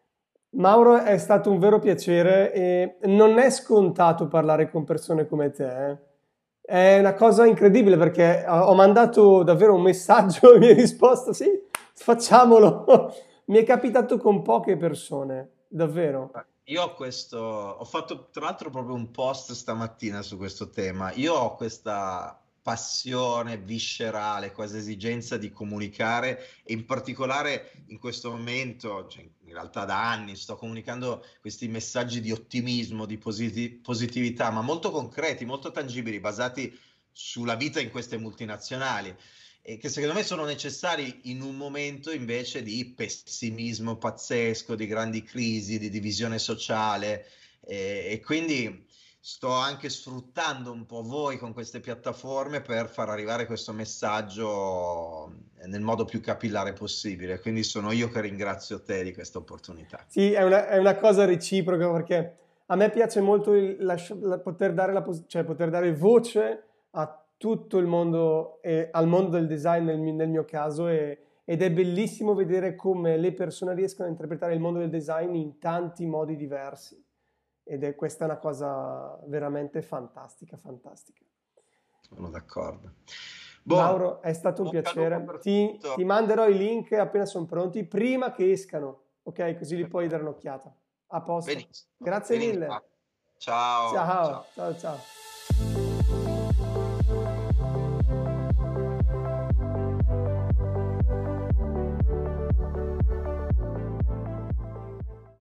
Mauro, è stato un vero piacere e non è scontato parlare con persone come te. eh. È una cosa incredibile perché ho mandato davvero un messaggio e mi hai risposto sì, facciamolo. Mi è capitato con poche persone, davvero. Io ho questo, ho fatto tra l'altro proprio un post stamattina su questo tema. Io ho questa passione viscerale, quasi esigenza di comunicare, e in particolare in questo momento, cioè in realtà da anni, sto comunicando questi messaggi di ottimismo, di positi- positività, ma molto concreti, molto tangibili, basati sulla vita in queste multinazionali, e che secondo me sono necessari in un momento invece di pessimismo pazzesco, di grandi crisi, di divisione sociale, e, e quindi sto anche sfruttando un po' voi con queste piattaforme per far arrivare questo messaggio nel modo più capillare possibile. Quindi sono io che ringrazio te di questa opportunità. Sì, è una, è una cosa reciproca perché a me piace molto il lascia- la- poter dare la pos- cioè poter dare voce a tutto il mondo e al mondo del design nel, mi- nel mio caso e- ed è bellissimo vedere come le persone riescono a interpretare il mondo del design in tanti modi diversi ed è questa è una cosa veramente fantastica, fantastica. Sono d'accordo. Buon, Mauro, è stato un bocca al lupo piacere. per Ti, tutto. ti manderò i link appena sono pronti, prima che escano. ok? Così li puoi dare un'occhiata. A posto. Benissimo, Grazie ti mille. ringrazio. Ciao, Ciao, ciao. ciao, ciao.